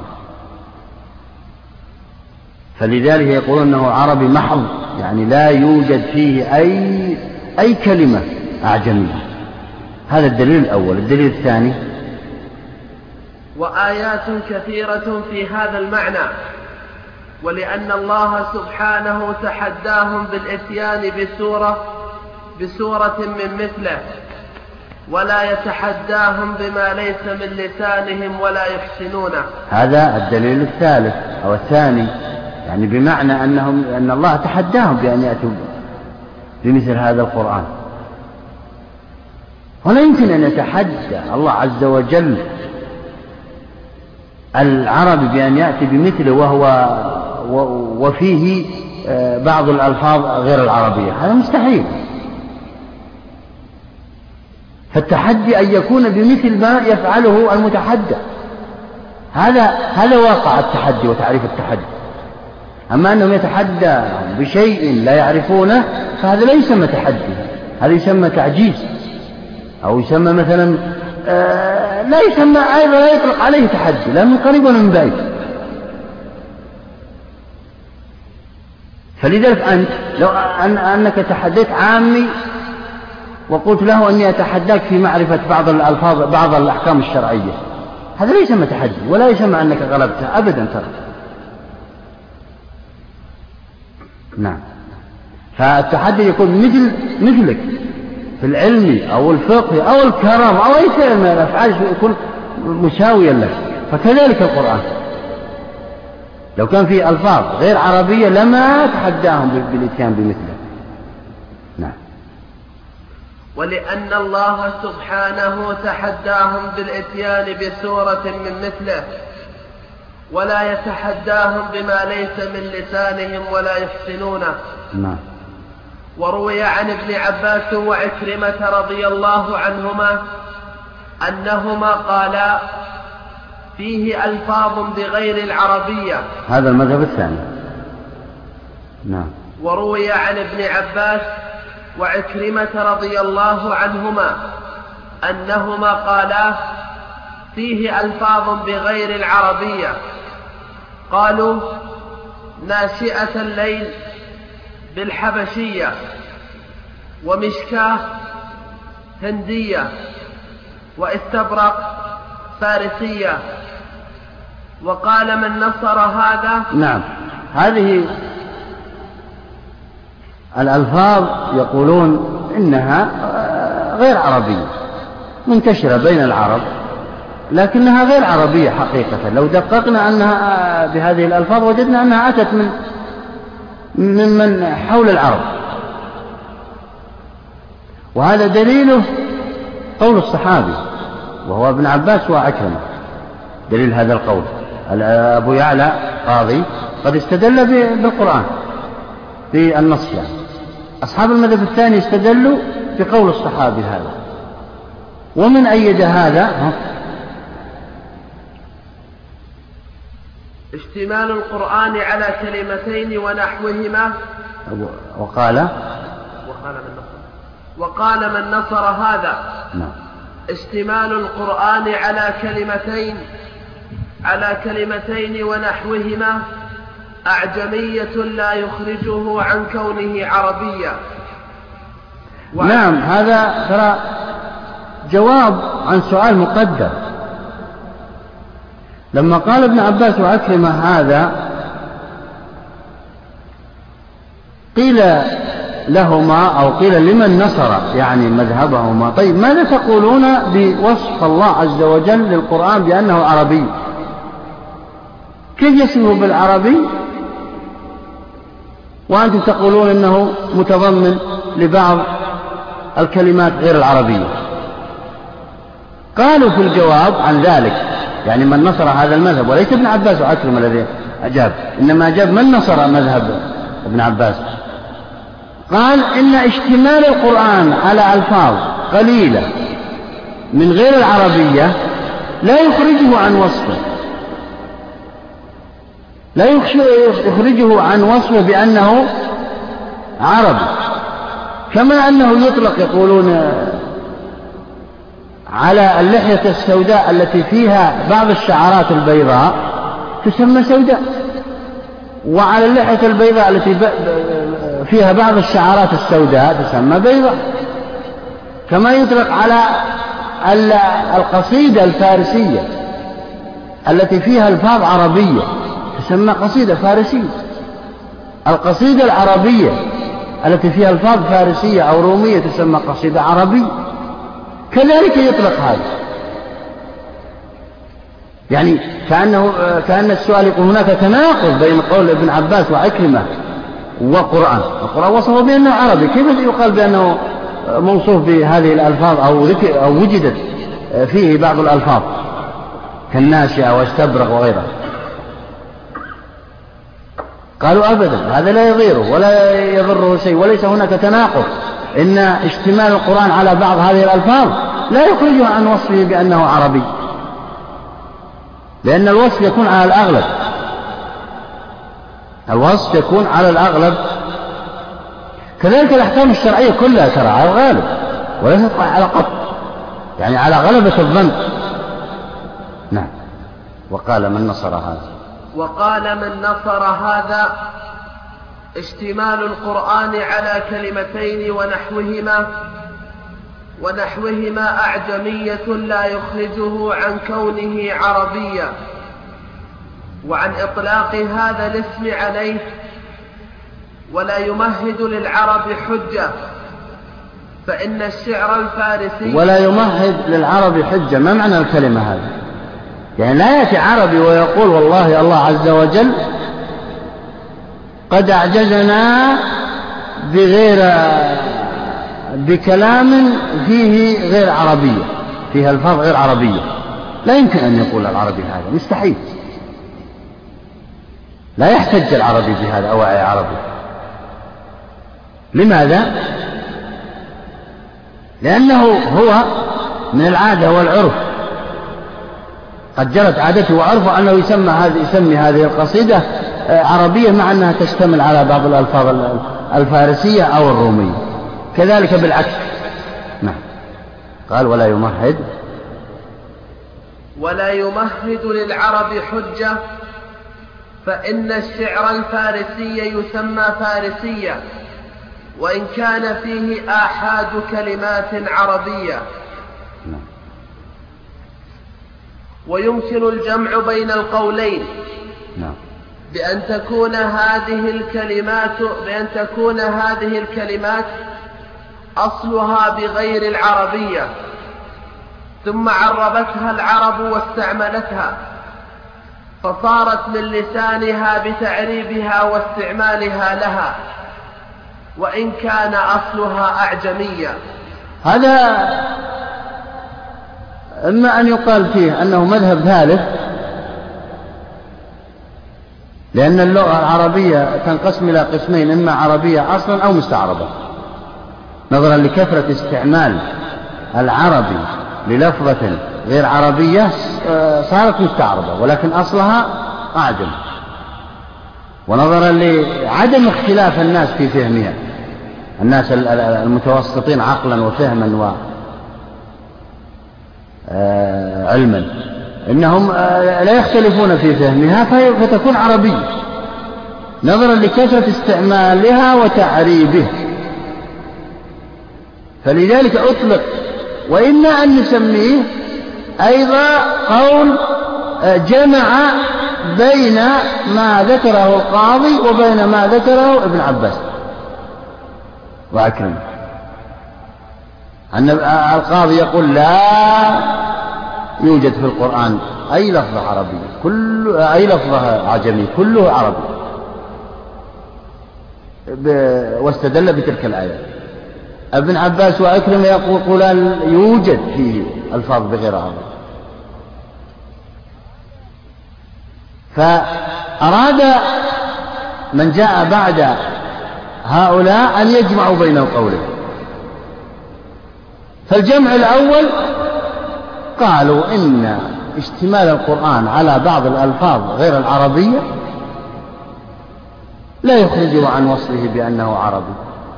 فلذلك يقولون أنه عربي محض، يعني لا يوجد فيه أي كلمة أعجمية. هذا الدليل الأول. الدليل الثاني: وآيات كثيرة في هذا المعنى، ولأن الله سبحانه تحداهم بالإتيان بسورة من مثله، ولا يتحداهم بما ليس من لسانهم ولا يحسنونه. هذا الدليل الثالث أو الثاني، يعني بمعنى أن الله تحداهم بأن يأتوا بمثل هذا القرآن، ولا يمكن أن يتحدى الله عز وجل العربي بأن يأتي بمثله وفيه بعض الألفاظ غير العربية، هذا مستحيل. فالتحدي أن يكون بمثل ما يفعله المتحدى، هذا واقع التحدي وتعريف التحدي. أما أنهم يتحدى بشيء لا يعرفونه فهذا لا يسمى تحدي، هذا يسمى تعجيز، أو يسمى مثلا لا يسمى أيضا، لا يطلق عليه تحدي، لا من قريب ولا من بعيد. فلذلك أنت لو أنك تحديت عامي وقلت له أني أتحداك في معرفة بعض الألفاظ، بعض الأحكام الشرعية، هذا لا يسمى تحدي ولا يسمى أنك غلبته أبدا ترى. نعم. فالتحدي يكون مثلك في العلم أو الفقه أو الكرم أو أي شيء من الأفعال، يكون مساويا لك. فكذلك القرآن لو كان فيه ألفاظ غير عربية لما تحداهم بالإتيان بمثله. نعم. ولأن الله سبحانه تحداهم بالإتيان بسورة من مثله، ولا يتحداهم بما ليس من لسانهم ولا يحسنونه. نعم. وروي عن ابن عباس وعكرمة رضي الله عنهما أنهما قالا فيه ألفاظ بغير العربية. هذا المذهب الثاني. نعم. وروي عن ابن عباس وعكرمة رضي الله عنهما أنهما قالا فيه ألفاظ بغير العربية، قالوا ناشئة الليل بالحبشية، ومشكاه هندية، واستبرق فارسية. وقال من نصر هذا. نعم. هذه الألفاظ يقولون إنها غير عربية، منتشرة بين العرب، لكنها غير عربية حقيقة. لو دققنا أنها بهذه الألفاظ وجدنا أنها أتت من حول العرب، وهذا دليله قول الصحابي وهو ابن عباس وعكرمة. دليل هذا القول أبو يعلى قاضي قد استدل بالقرآن في النص، يعني أصحاب المذهب الثاني استدلوا بقول الصحابي هذا. ومن أيد هذا اشتمال القرآن على كلمتين ونحوهما. وقال من نصر هذا. نعم. اشتمال القرآن على كلمتين على كلمتين ونحوهما أعجمية لا يخرجه عن كونه عربيا. نعم، هذا ترى جواب عن سؤال مقدر. لما قال ابن عباس وعكرمة هذا قيل لهما أو قيل لمن نصر يعني مذهبهما: طيب ماذا تقولون بوصف الله عز وجل للقرآن بأنه عربي؟ كيف يصفه بالعربي وأنتم تقولون أنه متضمن لبعض الكلمات غير العربية؟ قالوا في الجواب عن ذلك، يعني من نصر هذا المذهب، وليس ابن عباس وعكرمة الذي أجاب، إنما أجاب من نصر مذهب ابن عباس. قال: إن اشتمال القرآن على ألفاظ قليلة من غير العربية لا يخرجه عن وصفه، لا يخرجه عن وصفه بأنه عربي، كما أنه يطلق يقولون على اللحية السوداء التي فيها بعض الشعرات البيضاء تسمى سوداء، وعلى اللحية البيضاء التي فيها بعض الشعرات السوداء تسمى بيضاء. كما يطلق على القصيدة الفارسية التي فيها ألفاظ عربية تسمى قصيدة فارسية. القصيدة العربية التي فيها ألفاظ فارسية أو رومية تسمى قصيدة عربية. كذلك يطلق هذا، يعني كأن السؤال يقول هناك تناقض بين قول ابن عباس وعكرمة وقرآن. القرآن وصفه بأنه عربي، كيف يقال بأنه موصوف بهذه الألفاظ أو وجدت فيه بعض الألفاظ كالناشئة واستبرق وغيرها؟ قالوا أبدا، هذا لا يضيره ولا يضره شيء، وليس هناك تناقض. إن اشتمال القرآن على بعض هذه الألفاظ لا يخرجه عن وصفه بأنه عربي، لأن الوصف يكون على الأغلب، الوصف يكون على الأغلب. كذلك الأحكام الشرعية كلها ترى على الغالب وليست على قط، يعني على غلبة الظن. نعم. وقال من نصر هذا اشتمال القرآن على كلمتين ونحوهما أعجمية لا يخرجه عن كونه عربيا، وعن إطلاق هذا الاسم عليه، ولا يمهد للعرب حجة، فإن الشعر الفارسي ولا يمهد للعرب حجة. ما معنى الكلمة هذه؟ يعني لا يأتي عربي ويقول والله الله عز وجل قد أعجزنا بكلام فيه غير عربية، فيها ألفاظ غير عربية. لا يمكن أن يقول العربي هذا، مستحيل. لا يحتج العربي بهذا أو أي عربي. لماذا؟ لأنه هو من العادة والعرف، قد جرت عادته وعرفه أنه يسمي هذه القصيدة عربية مع أنها تشتمل على بعض الألفاظ الفارسية أو الرومية. كذلك بالعكس. نعم. قال ولا يمهد للعرب حجة، فإن الشعر الفارسي يسمى فارسيا وإن كان فيه آحاد كلمات عربية. ويمكن الجمع بين القولين بأن تكون هذه الكلمات أصلها بغير العربية، ثم عربتها العرب واستعملتها، فصارت من لسانها بتعريبها واستعمالها لها، وإن كان أصلها أعجميا. هذا إما أن يقال فيه أنه مذهب ثالث، لأن اللغة العربية تنقسم إلى قسمين: إما عربية أصلا أو مستعربة، نظرا لكثرة استعمال العربي للفظة غير عربية صارت مستعربة، ولكن أصلها أعجم، ونظرا لعدم اختلاف الناس في فهمها، الناس المتوسطين عقلا وفهما وعلما، إنهم لا يختلفون في فهمها فتكون عربية نظرا لكثرة استعمالها وتعريبها، فلذلك أطلق. وإما أن نسميه أيضا قول جمع بين ما ذكره القاضي وبين ما ذكره ابن عباس وعكرمة. أن القاضي يقول لا يوجد في القرآن أي لفظة عربية أي لفظة عجمي كله عربي، واستدل بتلك الآيات. ابن عباس وعكرمة يقولان يوجد فيه ألفاظ بغير عربي. فأراد من جاء بعد هؤلاء أن يجمعوا بين القولين. فالجمع الأول قالوا إن اشتمال القرآن على بعض الألفاظ غير العربية لا يخرجه عن وصفه بأنه عربي،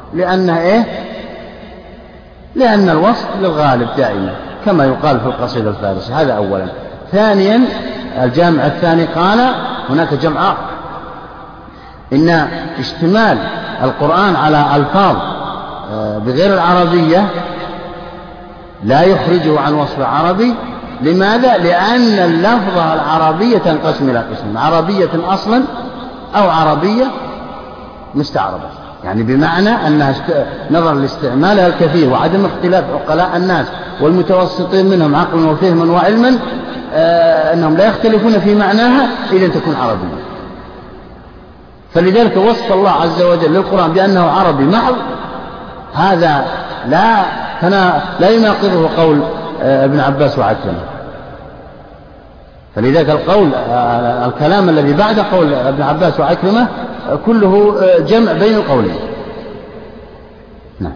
لأن الوصف للغالب دائما كما يقال في القصيدة الفارسي. هذا أولا. ثانيا الجامع الثاني قال هناك جمع آخر، إن اشتمال القرآن على ألفاظ بغير العربية لا يخرجه عن وصف عربي. لماذا؟ لأن اللفظة العربية تنقسم إلى قسم: عربية أصلا أو عربية مستعربة، يعني بمعنى أنها نظر لاستعمالها الكثير وعدم اختلاف عقلاء الناس والمتوسطين منهم عقلا وفهما وعلما أنهم لا يختلفون في معناها، إذن تكون عربية. فلذلك وصف الله عز وجل للقرآن بأنه عربي محض هذا لا يناقضه قول ابن عباس وعكرمة. فلذلك الكلام الذي بعد قول ابن عباس وعكرمة كله جمع بين القولين. نعم.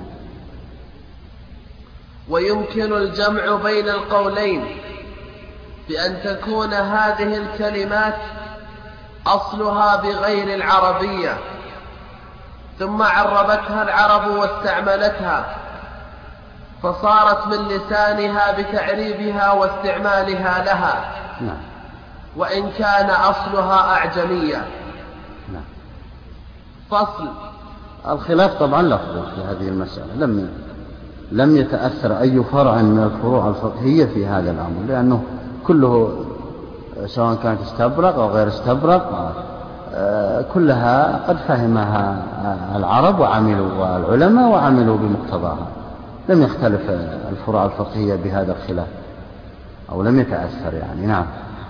ويمكن الجمع بين القولين بأن تكون هذه الكلمات أصلها بغير العربية ثم عربتها العرب واستعملتها فصارت من لسانها بتعريبها واستعمالها لها. نعم. وإن كان أصلها أعجمية. نعم. فصل. الخلاف طبعا لفظي في هذه المسألة، لم يتأثر أي فرع من الفروع الفقهية في هذا الأمر، لأنه كله سواء كانت استبرق أو غير استبرق كلها قد فهمها العرب والعلماء وعملوا بمقتضاها. لم يختلف الفروع الفقهية بهذا الخلاف أو لم يتأثر يعني. نعم.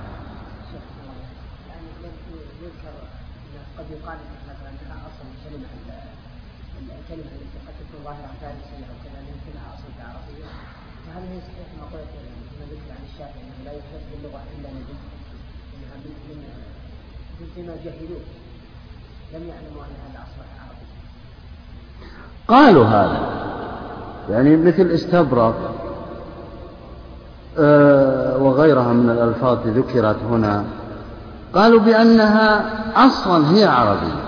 قد يقال مثلا أنها أصل الكلمة التي قد تكون ظاهرة فارسية أو كذا يمكنها أصل عربية، فهل هي صحيح ما قلت فيما ذكر عن الشافعي أنه لا يفهم باللغة إلا نبي، أنها فيما جهلوه لم يعلموا أن هذا أصبح عربي؟ قالوا هذا يعني مثل استبرق وغيرها من الألفاظ ذكرت هنا، قالوا بأنها أصلا هي عربية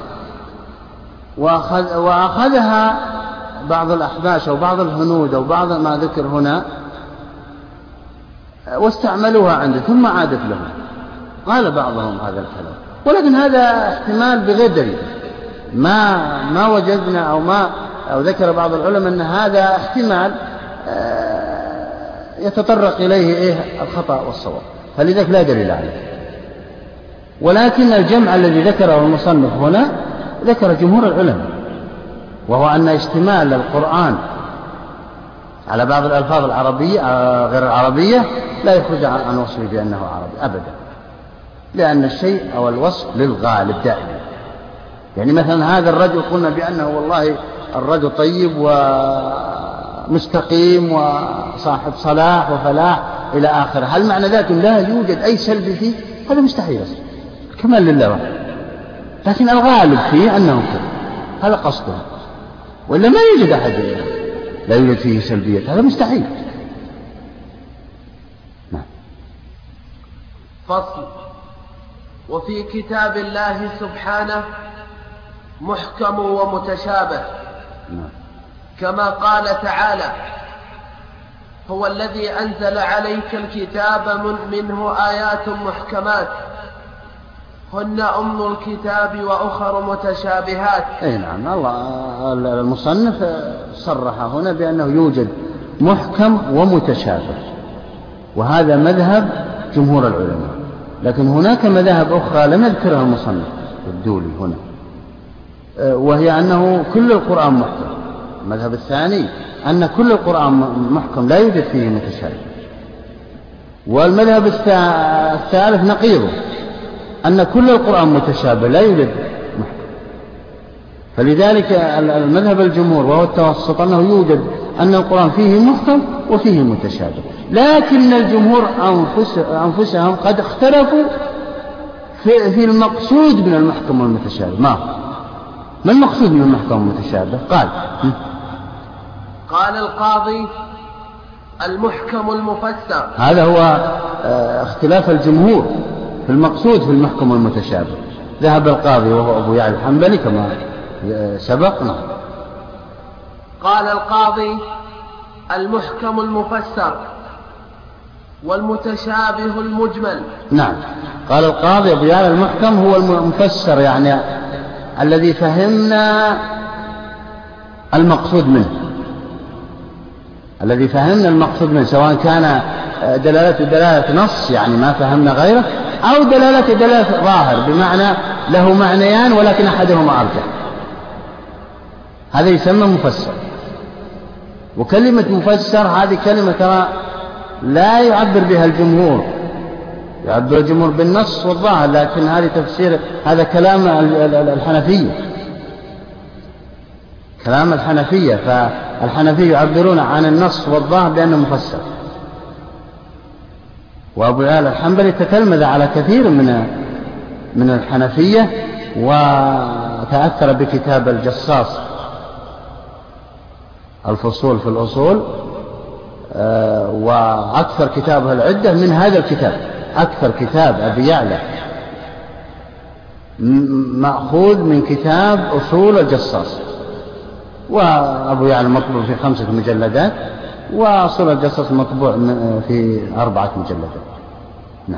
وأخذها بعض الأحباش أو بعض الهنود أو بعض ما ذكر هنا واستعملوها عنده ثم عادت لهم. قال بعضهم هذا الكلام، ولكن هذا احتمال بغير دليل، ما وجدنا أو ذكر بعض العلماء أن هذا احتمال يتطرق إليه الخطأ والصواب، فلذلك لا دليل عليه. ولكن الجمع الذي ذكره المصنف هنا ذكر جمهور العلماء، وهو أن اشتمال القرآن على بعض الألفاظ العربية غير العربية لا يخرج عن وصفه بأنه عربي أبدا، لأن الشيء أو الوصف للغالب دائما. يعني مثلا هذا الرجل قلنا بأنه والله الرجل طيب ومستقيم وصاحب صلاح وفلاح إلى آخره، هل معنى ذلك لا يوجد أي سلب فيه؟ هذا مستحيل أصلا، كمال لله وحده. لكن الغالب فيه أنه كذا، هذا قصده، وإلا ما يوجد أحد لا يوجد فيه سلبية، هذا مستحيل. نعم. فصل. وفي كتاب الله سبحانه محكم ومتشابه، كما قال تعالى: هو الذي أنزل عليك الكتاب منه آيات محكمات هن أم الكتاب وأخر متشابهات. أي نعم. الله المصنف صرح هنا بأنه يوجد محكم ومتشابه، وهذا مذهب جمهور العلماء، لكن هناك مذاهب أخرى لم يذكرها المصنف الدولي هنا، وهي أنه كل القرآن محكم. المذهب الثاني أن كل القرآن محكم لا يوجد فيه متشابه. والمذهب الثالث نقيضه، أن كل القرآن متشابه لا يوجد محكم. فلذلك المذهب الجمهور وهو التوسط أنه يوجد أن القرآن فيه محكم وفيه متشابه، لكن الجمهور أنفسهم قد اختلفوا في المقصود من المحكم والمتشابه. ما المقصود من المحكم والمتشابه؟ قال القاضي: المحكم المفسر. هذا هو اختلاف الجمهور في المقصود في المحكم والمتشابه. ذهب القاضي وهو أبو يعلى الحنبلي كما سبقنا. قال القاضي: المحكم المفسر والمتشابه المجمل. نعم. قال القاضي أبو يعلى المحكم هو المفسر، يعني الذي فهمنا المقصود منه، الذي فهمنا المقصود منه، سواء كان دلالة نص يعني ما فهمنا غيره، أو دلالة ظاهر بمعنى له معنيان ولكن أحدهما أرجح، هذا يسمى مفسر. وكلمة مفسر هذه كلمة ترى لا يعبر بها الجمهور، يعبر الجمهور بالنص والظاهر، لكن هذه تفسير، هذا كلام الحنفية، كلام الحنفية. فالحنفية يعبرون عن النص والظاهر بأنه مفسر. وأبو يعلى الحنبلي تتلمذ على كثير من الحنفية، وتأثر بكتاب الجصاص الفصول في الأصول، وأكثر كتابه العدة من هذا الكتاب. أكثر كتاب أبي يعلى مأخوذ من كتاب أصول الجصاص، وأبو يعلى مطبوع في 5 مجلدات، وأصول الجصاص مطبوع في 4 مجلدات. نعم.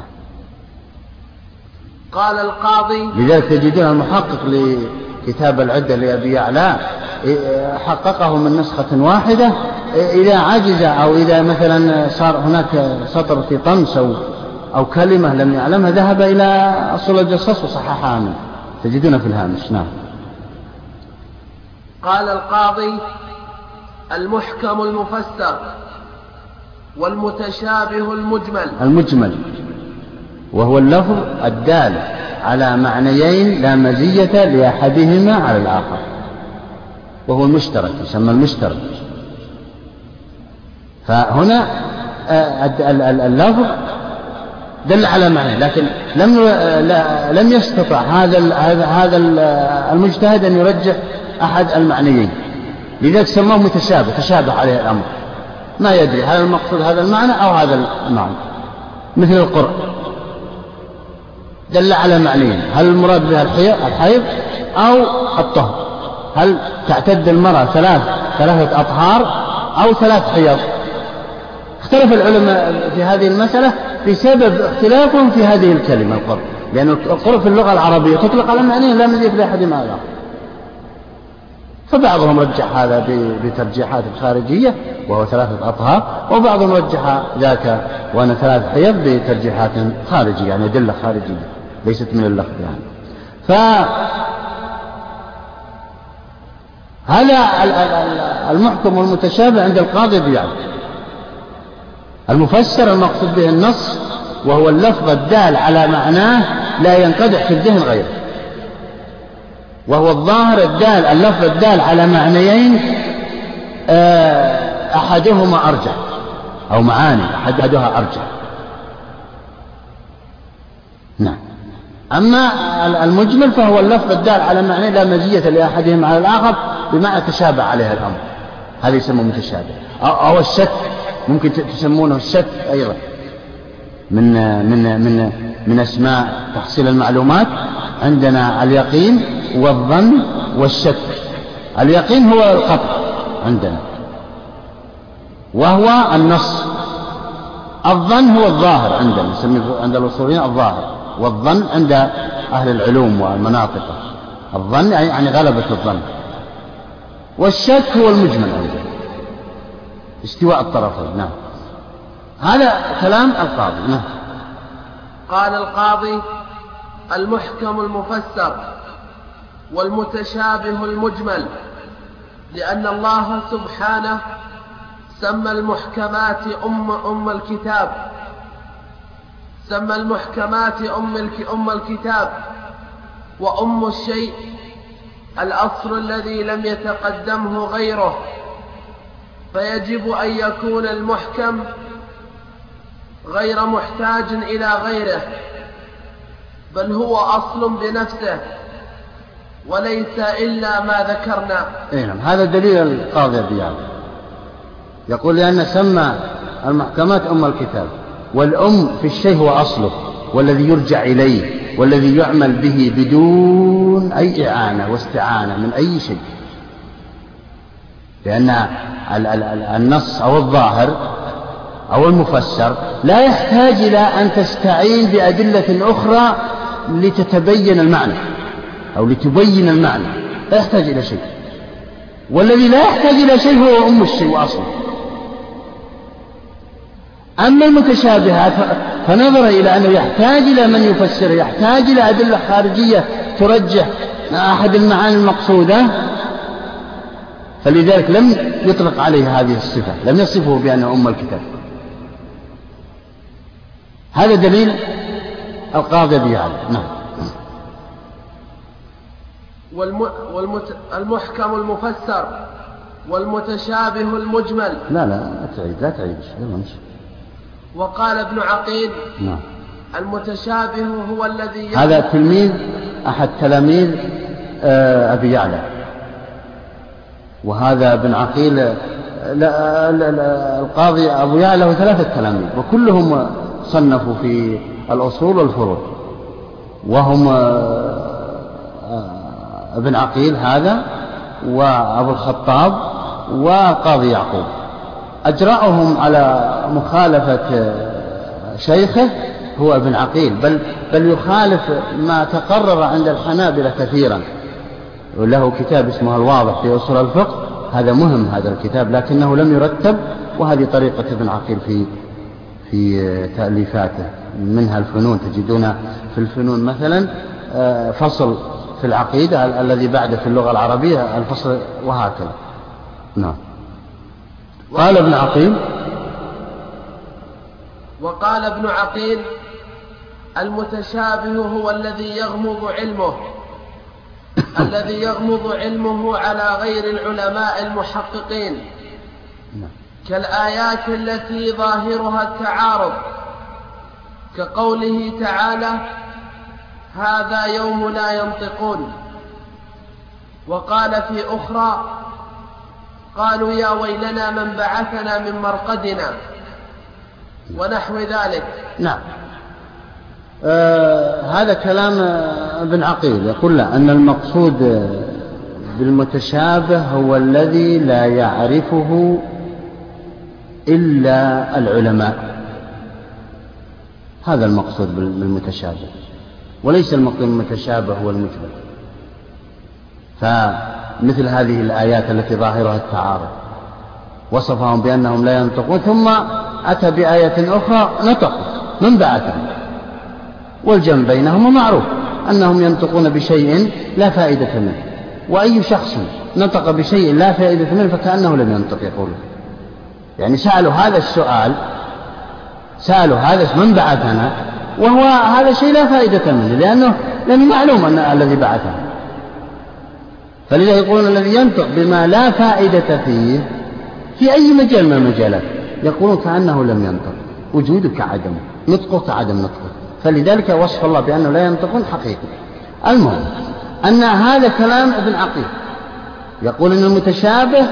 قال القاضي: لذلك تجدون المحقق لكتاب العدة لأبي يعلى حققه من نسخة واحدة، إذا عجز أو إذا مثلا صار هناك سطر في طمس أو كلمة لم يعلمها ذهب إلى أصول الجصاص وصححها منه، تجدون في الهامش. نعم. قال القاضي: المحكم المفسر والمتشابه المجمل، وهو اللفظ الدال على معنيين لا مزية لأحدهما على الآخر، وهو المشترك، يسمى المشترك. فهنا اللفظ دل على معنى، لكن لم يستطع هذا المجتهد أن يرجح أحد المعنيين، لذلك سماه متشابه، تشابه عليه الأمر، ما يدري هل المقصود هذا المعنى أو هذا المعنى. مثل القرء دل على معنيين، هل المراد بها الحيض أو الطهر؟ هل تعتد المرأة 3 أطهار أو 3 حيض؟ اختلف العلماء في هذه المسألة بسبب اختلافهم في هذه الكلمة القرء، لأن القرء في اللغة العربية تطلق على معنيين لا مزيد لأحدهما على الآخر. فبعضهم رجح هذا بترجيحات خارجية وهو 3 أطهار، وبعضهم رجح ذاك وأن 3 حيض بترجيحات خارجية، يعني أدلة خارجية ليست من اللفظ يعني. فهذا المحكم والمتشابه عند القاضي بيعرف. المفسر المقصود به النص، وهو اللفظ الدال على معناه لا ينقدح في الذهن غيره، وهو الظاهر اللفظ الدال على معنيين أحدهما أرجح، أو معاني أحدها أرجح. نعم. أما المجمل فهو اللفظ الدال على معنى لا مزية لأحدهما على الآخر بمعنى تشابه عليه الأمر، هذا يسمى متشابه. أو الشك، ممكن تسمونه الشك أيضا، من أسماء تحصيل المعلومات. عندنا اليقين والظن والشك. اليقين هو القطع عندنا، وهو النص. الظن هو الظاهر عندنا، نسميه عند الأصوليين الظاهر، والظن عند أهل العلوم والمناطق الظن يعني غلبة الظن. والشك هو المجمل عندنا، استواء الطرفين. نعم. هذا كلام القاضي. نعم. قال القاضي: المحكم المفسر والمتشابه المجمل، لأن الله سبحانه سمى المحكمات أم الكتاب، سمى المحكمات أم الكتاب، وأم الشيء الأصل الذي لم يتقدمه غيره، فيجب أن يكون المحكم غير محتاج إلى غيره، بل هو أصل بنفسه وليس إلا ما ذكرنا. نعم. هذا دليل القاضي دياب، يقول لأن سمى المحكمات أم الكتاب، والأم في الشيء هو أصله والذي يرجع إليه والذي يعمل به بدون أي إعانة واستعانة من أي شيء، لأن النص أو الظاهر أو المفسر لا يحتاج إلى أن تستعين بأدلة أخرى لتتبين المعنى أو لتبين المعنى، لا يحتاج إلى شيء. والذي لا يحتاج إلى شيء هو أم الشيء وأصله. أما المتشابهات فنظر إلى أنه يحتاج إلى من يفسر، يحتاج إلى أدلة خارجية ترجح أحد المعاني المقصودة، فلذلك لم يطلق عليه هذه الصفة، لم يصفه بأنه أم الكتاب. هذا دليل القاضي بهذا. نعم. المحكم المفسر والمتشابه المجمل. لا تعيد. وقال ابن عقيل: نعم. المتشابه هو الذي هذا تلميذ أحد تلاميذ أبي يعلى، وهذا ابن عقيل القاضي أبو يعلى له 3 تلاميذ، وكلهم صنفوا في الأصول والفروع، وهم ابن عقيل هذا وأبو الخطاب والقاضي يعقوب. أجرأهم على مخالفة شيخه هو ابن عقيل، بل يخالف ما تقرر عند الحنابلة كثيرا، وله كتاب اسمه الواضح في أصول الفقه، هذا مهم هذا الكتاب، لكنه لم يرتب، وهذه طريقة ابن عقيل في تأليفاته، منها الفنون، تجدون في الفنون مثلا فصل في العقيدة الذي بعده في اللغة العربية الفصل، وهكذا. نعم. قال ابن عقيل: وقال ابن عقيل: المتشابه هو الذي يغمض علمه على غير العلماء المحققين، كالآيات التي ظاهرها التعارض، كقوله تعالى: هذا يوم لا ينطقون. وقال في أخرى: قالوا يا ويلنا من بعثنا من مرقدنا، ونحو ذلك. نعم. هذا كلام ابن عقيل، يقول لا، أن المقصود بالمتشابه هو الذي لا يعرفه إلا العلماء، هذا المقصود بالمتشابه، وليس المقصود بالمتشابه هو المجمل. فمثل هذه الآيات التي ظاهرها التعارض وصفهم بأنهم لا ينطقون، ثم أتى بآية أخرى نطقوا من بعثهم، والجمع بينهما معروف أنهم ينطقون بشيء لا فائدة منه، وأي شخص نطق بشيء لا فائدة منه فكأنه لم ينطق. يقول يعني سألوا هذا السؤال، سألوا هذا من بعثنا، وهو هذا شيء لا فائدة منه، لأنه معلوم أن الذي بعثه، فلذا يقولون الذي ينطق بما لا فائدة فيه في أي مجال من المجالات يقولون كأنه لم ينطق، وجوده كعدمه، نطقه كعدم نطقه، فلذلك وصف الله بأنه لا ينطقون حقيقي. المهم أن هذا كلام ابن عقيل، يقول أن المتشابه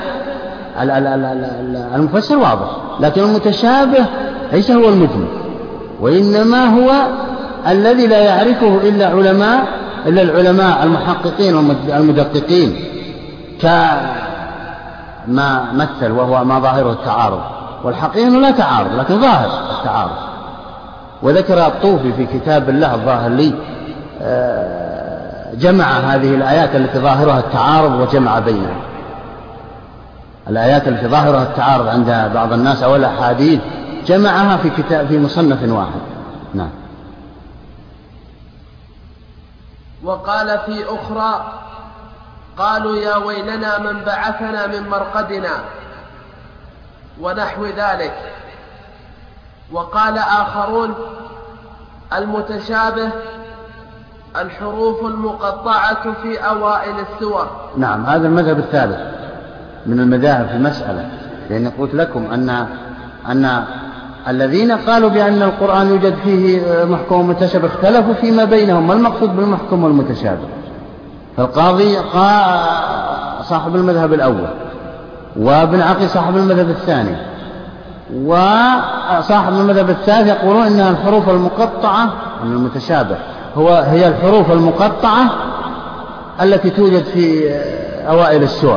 المفسر واضح، لكن المتشابه ليس هو المجمل، وإنما هو الذي لا يعرفه إلا العلماء المحققين والمدققين، كما مثل وهو ما ظاهره التعارض، والحقيقة أنه لا تعارض، لكن ظاهر التعارض. وذكر الطوفي في كتاب الله الظاهر لي جمع هذه الآيات التي ظاهرها التعارض وجمع بينها. الآيات التي ظاهرها التعارض عند بعض الناس أو الأحاديث جمعها في كتاب في مصنف واحد. نعم. وقال في أخرى: قالوا يا ويلنا من بعثنا من مرقدنا، ونحو ذلك. وقال آخرون: المتشابه الحروف المقطعة في أوائل السور. نعم، هذا المذهب الثالث من المذاهب في المسألة، لأن قلت لكم أن الذين قالوا بأن القرآن يوجد فيه محكم ومتشابه اختلفوا فيما بينهم ما المقصود بالمحكم والمتشابه. فالقاضي صاحب المذهب الأول، وابن عقيل صاحب المذهب الثاني، وصاحب المذهب الثالث يقولون إنها الحروف المقطعة من المتشابه هي الحروف المقطعة التي توجد في أوائل السور،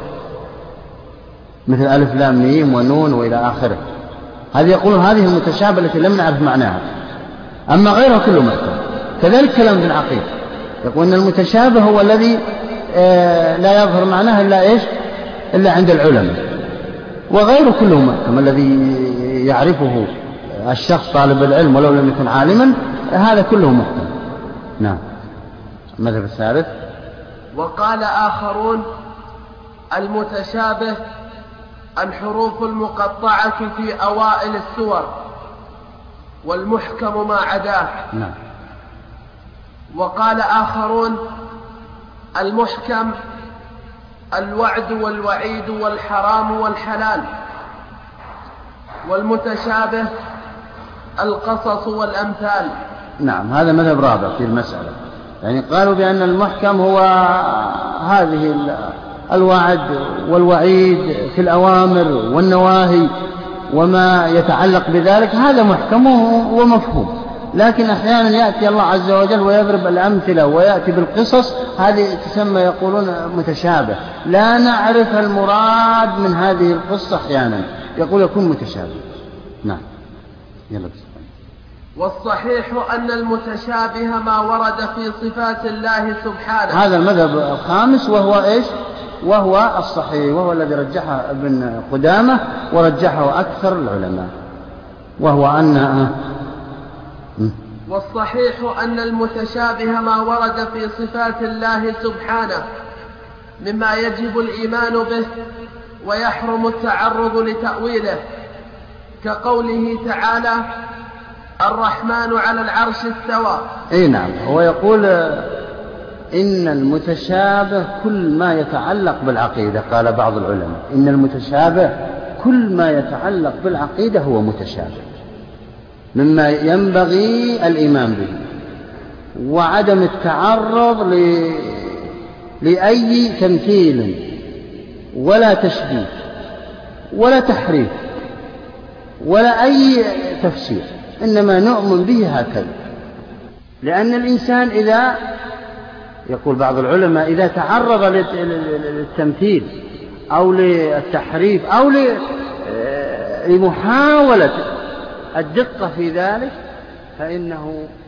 مثل ألف لام ميم ونون وإلى آخره. هذه يقولون هذه المتشابه التي لم نعرف معناها، أما غيرها كله محكم. كذلك كلام ابن عقيل يقول أن المتشابه هو الذي لا يظهر معناه إلا عند العلماء، وغيره كله محكم الذي يعرفه الشخص طالب العلم ولو لم يكن عالما، هذا كله محكم. نعم. المذهب الثالث: وقال آخرون: المتشابه الحروف المقطعة في أوائل السور، والمحكم ما عداه. نعم. وقال آخرون: المحكم الوعد والوعيد والحرام والحلال، والمتشابه القصص والأمثال. نعم، هذا مذهب رابع في المسألة، يعني قالوا بأن المحكم هو هذه الوعد والوعيد في الأوامر والنواهي وما يتعلق بذلك، هذا محكم ومفهوم. لكن أحيانا يأتي الله عز وجل ويضرب الأمثلة ويأتي بالقصص، هذه تسمى يقولون متشابه، لا نعرف المراد من هذه القصة، أحيانا يقول يكون متشابه. نعم. يلا بس. والصحيح أن المتشابه ما ورد في صفات الله سبحانه. هذا المذهب الخامس، وهو وهو الصحيح، وهو الذي رجحه ابن قدامة ورجحه أكثر العلماء، وهو أن والصحيح أن المتشابه ما ورد في صفات الله سبحانه مما يجب الإيمان به ويحرم التعرض لتأويله، كقوله تعالى: الرحمن على العرش استوى. أي نعم، هو يقول إن المتشابه كل ما يتعلق بالعقيدة. قال بعض العلماء إن المتشابه كل ما يتعلق بالعقيدة هو متشابه، مما ينبغي الإيمان به، وعدم التعرض لأي تمثيل ولا تشبيه ولا تحريف ولا أي تفسير، إنما نؤمن به هكذا. لأن الإنسان إذا، يقول بعض العلماء، إذا تعرض للتمثيل أو للتحريف أو لمحاولة الدقة في ذلك، فإنه